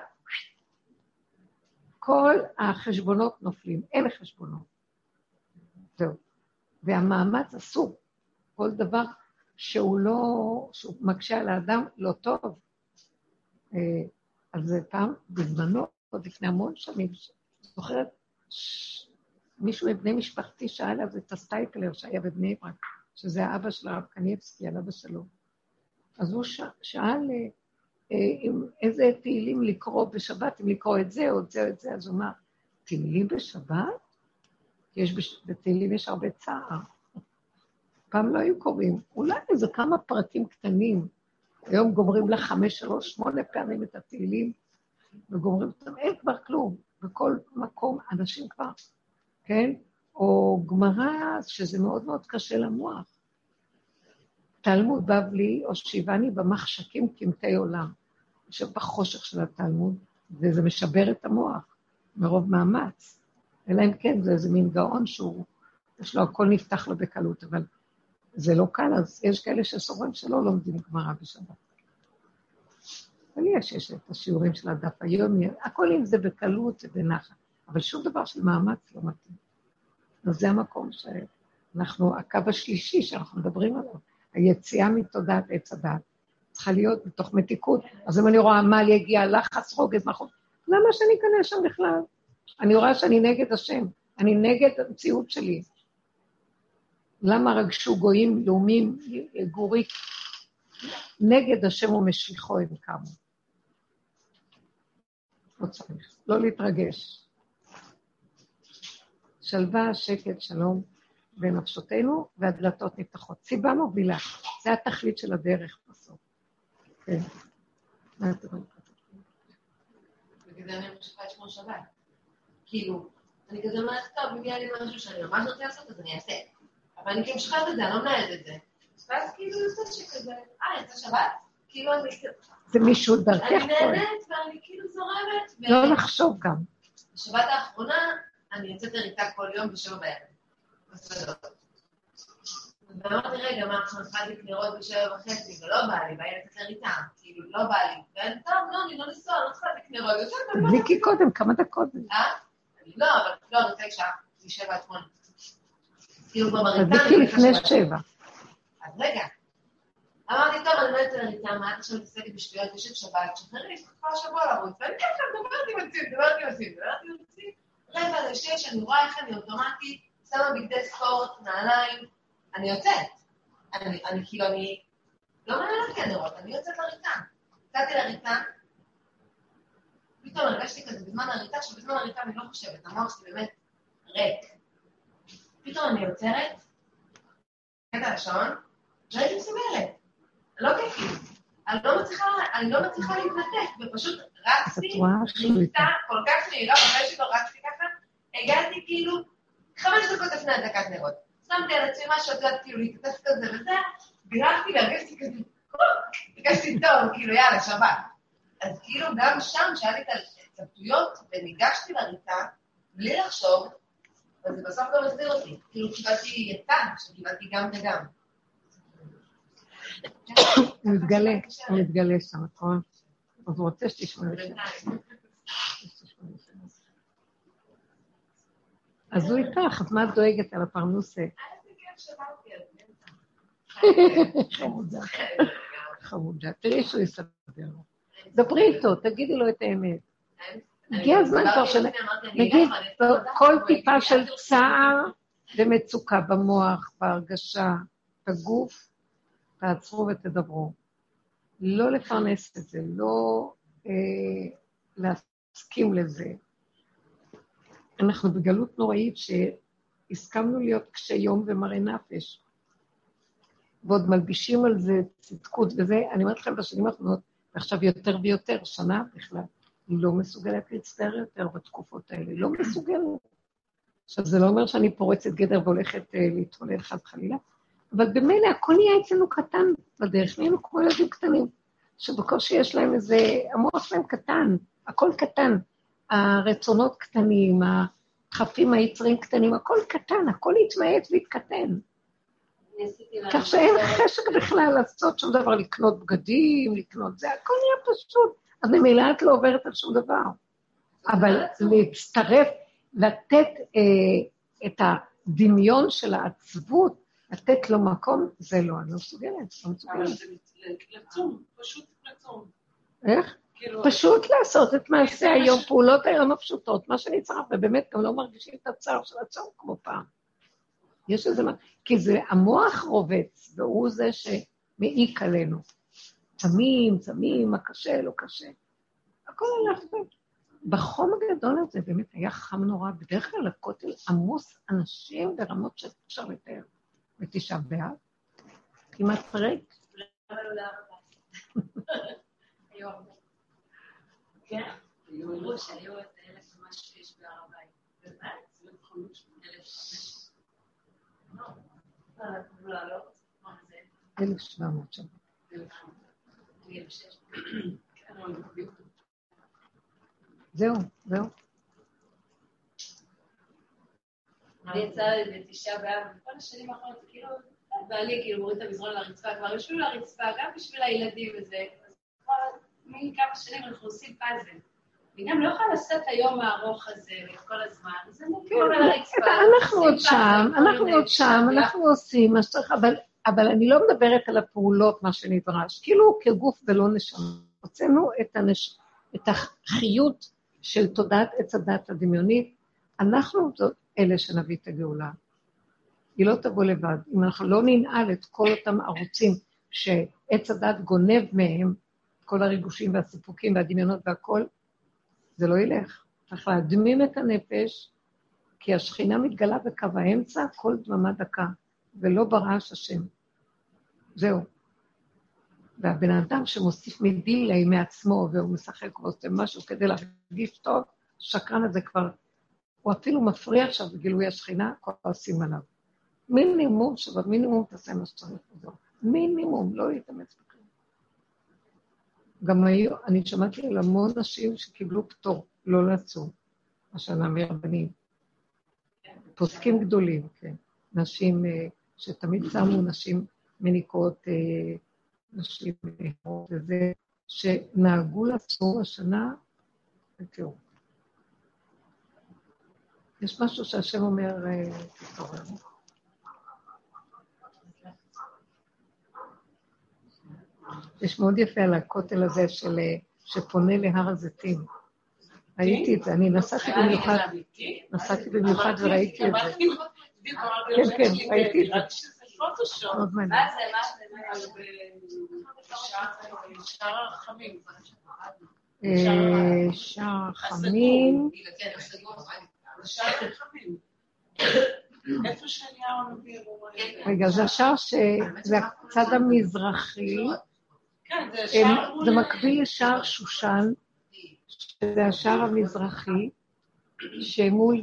כל החשבונות נופלים, אין חשבונות. זהו. והמאמץ אסור, כל דבר שהוא לא, שהוא מקשה על האדם, לא טוב. אז זה פעם, בזמנו, עוד לפני המון שנים, זוכרת, מישהו מבני משפחתי שאל אז את הסטייפלר שהיה בבני ברק, שזה האבא של הרב קניבסקי, על אבא שלו. אז הוא שאל איזה תהילים לקרוא בשבת, אם לקרוא את זה או את זה או את זה, אז הוא אמר, תהילים בשבת? בתהילים יש הרבה צער. פעם לא היו קוראים, אולי איזה כמה פרטים קטנים, היום גומרים לה 5, 3, 8 פעמים את התהילים, וגומרים אותם, אין כבר כלום, בכל מקום אנשים כבר, כן? או גמרא, שזה מאוד מאוד קשה למוח. תלמוד בבלי או שיבני במחשכים כמתי עולם, שבחושך של התלמוד, וזה משבר את המוח, מרוב מאמץ. אלא אם כן, זה איזה מין גאון שהוא, יש לו הכל נפתח לו בקלות, אבל זה לא קל, אז יש כאלה שסוברים שלא לומדים גמרא בשבת. אבל יש את השיעורים של הדף היום, הכל אם זה בקלות ובנחת, אבל שום דבר של מאמץ לא מתאים. אז זה המקום שאנחנו, הקו השלישי שאנחנו מדברים עליו, היציאה מתודעת עץ הדת, צריכה להיות בתוך מתיקות. אז אם אני רואה מה יגיע לחץ, רוגז, נכון, למה שאני אכנס שם בכלל? אני רואה שאני נגד השם, אני נגד המציאות שלי. למה רגשו גויים לאומים גורי נגד השם ומשליחו הם קמו. לא צריך, לא להתרגש. שלווה, שקט, שלום בנפשותינו, והדלתות נפתחות. סיבה מובילה, זה התכלית של הדרך בסוף. כן. מה אתה אומר? בגלל זה אני חושבת לשמור שבת. כאילו, אני כזה אומרת, טוב, מגיע לי משהו שאני ממש רוצה לעשות, אז אני אעשה. אבל אני כאילו משחררת את זה, אני לא מנהלת את זה. ואז כאילו יוצא שכזה, יצא שבת? כאילו אני... זה מישהו דרכך פה. אני נהנית ואני כאילו זורמת. לא לחשוב גם. בשבת האחרונה, אני יוצאת לריטה כל יום בשבע בערב. בסדר. ואמרתי, רגע, מה עכשיו התחלתי לקנרות ב7:30, ולא בא לי, באי לצאת לריטה, כאילו, לא בא לי. ואני, טוב, לא, אני לא נסוע, לא צריכה לקנרות, יוצאת. תדליקי קודם, כמה דקות. לא, אבל לא, אני רוצה שעה, מ7:00 עד 8:00. כאילו, כבר בריטה... תדליקי לפני 7. אז רגע. אמרתי, טוב, אני לא יוצא לריטה, מה את עכשיו מתעסקת בשטויות, יש את שבת, שחררי, יש כבר שבוע לרוץ, ואני ככה, דברתי עם עצמי, רגע, זה שאני רואה איך אני אוטומטית, שמה בגדי ספורט, נעליים, אני יוצאת. אני כאילו, אני לא מנהלת כנרות, אני יוצאת לריטה. יצאתי לריטה, פתאום הרגשתי כזה בזמן הריטה, שבזמן הריטה אני לא חושבת, המוח שלי באמת ריק. פתאום אני יוצרת, קטע השעון, והייתי מסוגלת. לא כיפי. אני לא מצליחה להתנתק, ופשוט רצתי, ריטה כל כך מהירה, ואחרי שלא רצתי ככה, הגעתי כאילו 5 דקות לפני הדקת נרות. שמתי על עצמי משהו, את יודעת, כאילו, להתעטף כזה וזה, בירכתי והרגשתי כזה, הרגשתי טוב, כאילו, יאללה, שבת. אז כאילו, גם שם, שהיה לי את ההתלבטויות, וניגשתי לריטה, בלי לחשוב, וזה בסוף גם הסביר אותי. כאילו, קיבלתי יצא, שקיבלתי גם וגם. הוא מתגלה שם, נכון? אז הוא רוצה שתשמע לשם. אז הוא איתך, אז מה את דואגת על הפרנוסה? חמודה. חמודה. תראי שהוא יסדר לו. דברי איתו, תגידי לו את האמת. הגיע הזמן כבר נגיד, כל טיפה של צער ומצוקה במוח, בהרגשה, בגוף, תעצרו ותדברו. לא לפרנס את זה, לא להסכים לזה. אנחנו בגלות נוראית שהסכמנו להיות קשי יום ומראה נפש. ועוד מלבישים על זה צדקות וזה, אני אומרת לכם בשנים האחרונות, ועכשיו יותר ויותר, שנה בכלל, היא לא מסוגלת להצטער יותר בתקופות האלה, לא מסוגלת. עכשיו זה לא אומר שאני פורצת גדר והולכת להתחולל חד חלילה, אבל במילא הכל נהיה אצלנו קטן בדרך, נהיינו כמו ילדים קטנים, שבקושי יש להם איזה, המוח שלהם קטן, הכל קטן, הרצונות קטנים, הדחפים היצרים קטנים, הכל קטן, הכל יתמעט ויתקטן. כך שאין חשק בכלל לעשות שום דבר, לקנות בגדים, לקנות זה, הכל נהיה פשוט. אז ממילא את לא עוברת על שום דבר. אבל להצטרף, לתת את הדמיון של העצבות, לתת לו מקום, זה לא, אני לא מסוגלת. אבל זה לצום, פשוט לצום. איך? פשוט לעשות את מעשה היום, פעולות היום הפשוטות, מה שאני צריך, ובאמת גם לא מרגישים את הצער של הצום כמו פעם. יש איזה מה, כי זה המוח רובץ, והוא זה שמעיק עלינו. צמים, מה קשה, לא קשה. הכל הלך זה. בחום הגדול הזה באמת היה חם נורא, בדרך כלל הכותל עמוס אנשים ברמות שאפשר לתאר. ב9 באב, כמעט ריק. למה לא להרבה? היו הרבה. כן, אמרו שהיו את 1,000 ומה שיש בהר הבית. באמת? זה לא יכול להיות 1,500. לא, לא. מה זה? 1,700 שם. 1,600. זהו. אני יצאה ב9 באב, וכל השנים האחרונות, כאילו, בעלי כאילו מוריד את המזרון לרצפה, כבר יושבים לרצפה, גם בשביל הילדים וזה, אז כבר מכמה שנים אנחנו עושים פאזל. וגם לא יכולה לעשות היום הארוך הזה ואת כל הזמן, אז אני קורא לרצפה. אנחנו עוד שם, אנחנו עושים מה שצריך, אבל אני לא מדברת על הפעולות, מה שנדרש, כאילו כגוף ולא נשמה. הוצאנו את החיות של תודעת עץ הדת הדמיונית, אנחנו אלה שנביא את הגאולה. היא לא תבוא לבד. אם אנחנו לא ננעל את כל אותם ערוצים שעץ הדת גונב מהם, כל הריגושים והסיפוקים והדמיונות והכל, זה לא ילך. צריך להדמים את הנפש, כי השכינה מתגלה בקו האמצע, כל דממה דקה, ולא ברעש השם. זהו. והבן אדם שמוסיף מדילי מעצמו, והוא משחק ועושה משהו כדי להרגיש טוב, שקרן הזה כבר, הוא אפילו מפריע עכשיו בגילוי השכינה, כועסים עליו. מינימום שבמינימום תעשה מה שצריך לזור. מינימום, לא להתאמץ בכלל. גם היום, אני שמעתי על המון נשים שקיבלו פטור, לא לצום, השנה מרבנים. פוסקים גדולים, כן. נשים שתמיד שמו נשים מניקות, נשים וזה, שנהגו לצום השנה, ותראו. יש משהו שהשם אומר, תתעורר. יש מאוד יפה על הכותל הזה שפונה להר הזיתים. ראיתי את זה, אני נסעתי במיוחד וראיתי את זה. כן, כן, ראיתי את זה. עוד מעניין. מה זה? שער החמים. שער החמים. שער החמים. איפה שאליהו הנביא הוא... רגע, זה השער שזה הצד המזרחי. כן, זה שער... זה מקביל לשער שושן, שזה השער המזרחי, שמול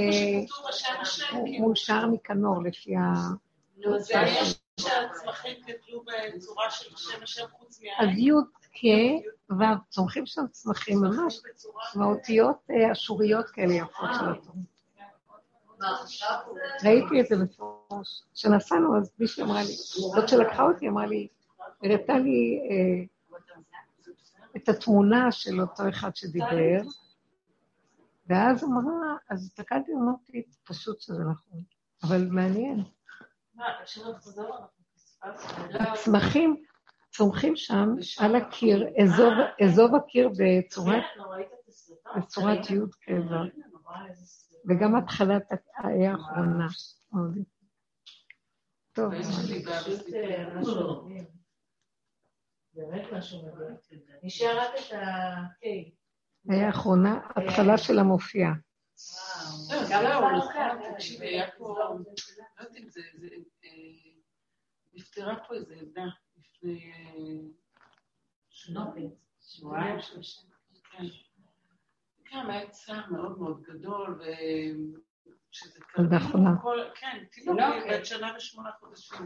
שער ניקנור, לפי ה... זה היה שהצמחים גדלו בצורה של שם השם חוץ מהעין. אז י' כ' ו', צומחים שם צמחים ממש, מהותיות אשוריות כאלה יפות של התורה. ראיתי את זה מפורש. כשנסענו, אז מישהי אמרה לי, זאת שלקחה אותי, אמרה לי, הראתה לי את התמונה של אותו אחד שדיבר, ואז אמרה, אז הסתכלתי ואמרתי, פשוט שזה נכון, אבל מעניין. הצמחים צומחים שם על הקיר, אזוב הקיר בצורת י' קבע, וגם התחלת היה האחרונה. טוב. באמת משהו מדהים. נשאר רק את הקיי. היה האחרונה, התחלה של המופיע. גם לא, תקשיבי, היה פה, לא יודעת אם זה, נפטרה פה איזה עדה לפני שבועיים, כן. גם היה צער מאוד מאוד גדול, ושזה ילדה חולה. כן, תינוק, בת שנה ו8 חודשים.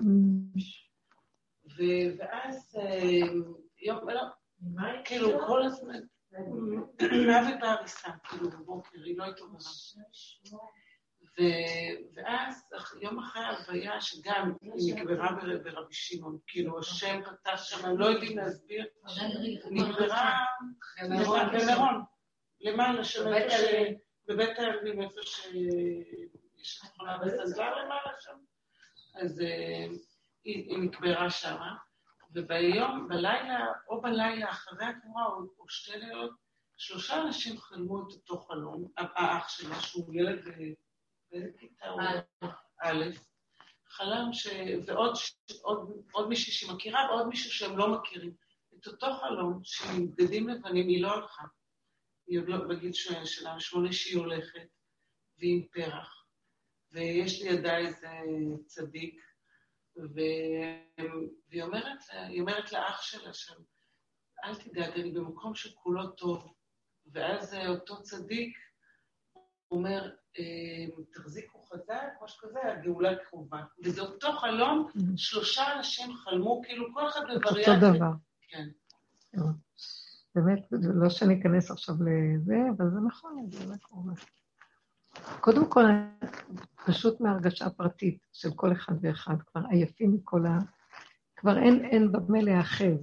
ואז, כאילו כל הזמן, מוות בהריסה, כאילו בבוקר, היא לא התעוררה. ואז יום אחרי ההלוויה, שגם היא נקברה ברבי שמעון, כאילו השם פתח שם, הם לא יודעים להסביר, נקברה במירון, למעלה שם, בבית העלמין, איפה שיש תכונה בסנדלר למעלה שם, אז היא נקברה שם, וביום, בלילה, או בלילה אחרי הקבורה, או שתי לילות, 3 אנשים חלמו את אותו חלום, האח שלה, שהוא ילד בכיתה א', חלם ועוד מישהי שמכירה, ועוד מישהו שהם לא מכירים, את אותו חלום, שעם בגדים לבנים, היא לא הלכה, היא עוד לא בגיל שלה, 8 שהיא הולכת, ועם פרח, ויש לידה איזה צדיק, והיא אומרת לאח שלה שם, אל תדאג, אני במקום שכולו טוב, ואז אותו צדיק אומר, תחזיקו חזק, משהו כזה, הגאולה קרובה. וזה אותו חלום, 3 אנשים חלמו, כאילו כל אחד בווריאציה. אותו דבר. כן. באמת, לא שאני אכנס עכשיו לזה, אבל זה נכון, זה לא קורה. קודם כל, פשוט מהרגשה פרטית של כל אחד ואחד, כבר עייפים מכל כבר אין במה להאחז,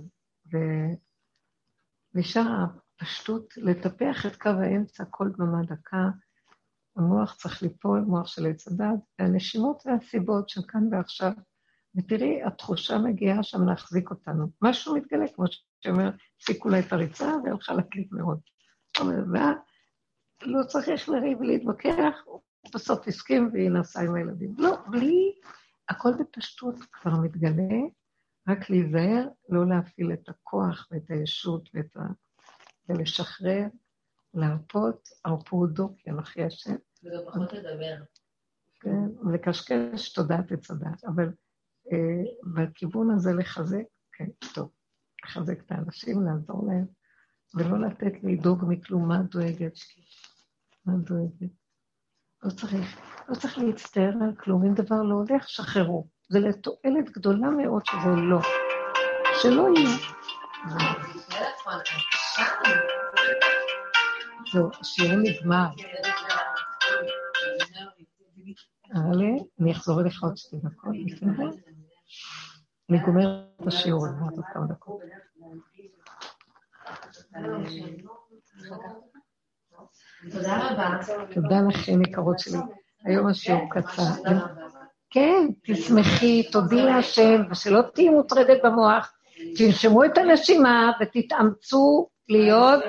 ונשאר הפשטות לטפח את קו האמצע כל דממה דקה, המוח צריך ליפול, מוח של עץ הדת, והנשימות והסיבות של כאן ועכשיו, ותראי, התחושה מגיעה שם להחזיק אותנו. משהו מתגלה, כמו שאומר, הפסיקו לה את הריצה, והלכה להקליט מאוד. לא צריך לריב ולהתווכח, בסוף הסכים והיא נסעה עם הילדים. לא, בלי, הכל בפשטות כבר מתגלה, רק להיזהר, לא להפעיל את הכוח ואת הישות ולשחרר, להרפות, הרפודו, כי אנכי השם. וגם פחות לדבר. כן, ולקשקש תודעת וצדת, אבל בכיוון הזה לחזק, כן, טוב, לחזק את האנשים, לעזור להם, ולא לתת לדאוג מכלום, מה דואגת? מה דואגת? לא צריך להצטער על כלום, אם דבר לא הולך, שחררו. זה לתועלת גדולה מאוד שזה לא. שלא יהיה. זהו, השיעור נגמר. אבל אני אחזור אליך עוד 2 דקות. אני גומר את השיעור, אני אומרת עוד כמה דקות. תודה רבה. תודה לכם, יקרות שלי. היום השיעור קצר. כן, תשמחי, תודי להשם, ושלא תהיי מוטרדת במוח, תנשמו את הנשימה ותתאמצו להיות...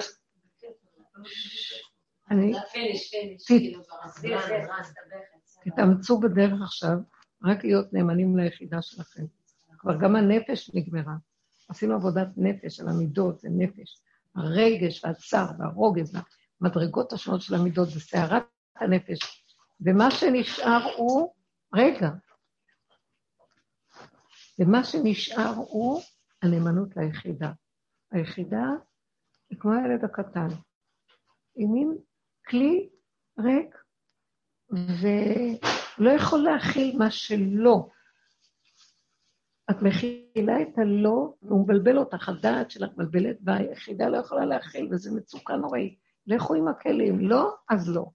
תתאמצו בדרך עכשיו, רק להיות נאמנים ליחידה שלכם. כבר גם הנפש נגמרה. עשינו עבודת נפש על המידות, זה נפש. הרגש והצער והרוגז, המדרגות השונות של המידות, זה שערת הנפש. ומה שנשאר הוא, רגע, ומה שנשאר הוא הנאמנות ליחידה. היחידה היא כמו הילד הקטן. היא מין כלי ריק, ולא יכול להכיל מה שלא. את מכילה את הלא, והוא מבלבל אותך, הדעת שלך מבלבלת, והיחידה לא יכולה להכיל, וזה מצוקה נוראי. לכו עם הכלים, לא, אז לא.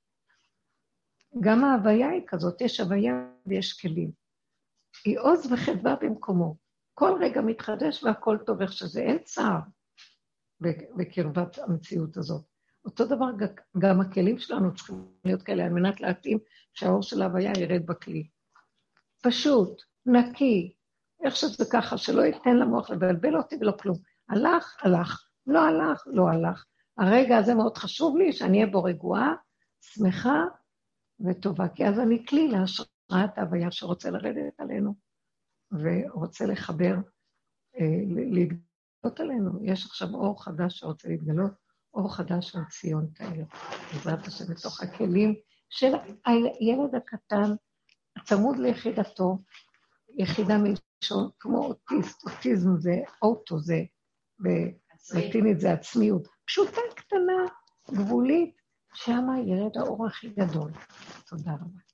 גם ההוויה היא כזאת, יש הוויה ויש כלים. היא עוז וחדווה במקומו. כל רגע מתחדש והכל טוב איך שזה, אין צער בקרבת המציאות הזאת. אותו דבר גם הכלים שלנו צריכים להיות כאלה, על מנת להתאים שהאור של ההוויה ירד בכלי. פשוט, נקי, איך שזה ככה, שלא ייתן למוח לבלבל אותי ולא כלום. הלך, הלך, לא הלך, לא הלך. הרגע הזה מאוד חשוב לי, שאני אהיה בו רגועה, שמחה וטובה, כי אז אני כלי להשראת ההוויה שרוצה לרדת עלינו, ורוצה לחבר, להתגלות עלינו. יש עכשיו אור חדש שרוצה להתגלות, אור חדש של ציון תאיר. בעזרת השם בתוך הכלים של הילד הקטן, הצמוד ליחידתו, יחידה מלשון, כמו אוטיסט, אוטיזם זה אוטו, זה בלטינית זה עצמיות, פשוטה קטנה, גבולית, שמה ירד האור הכי גדול. תודה רבה.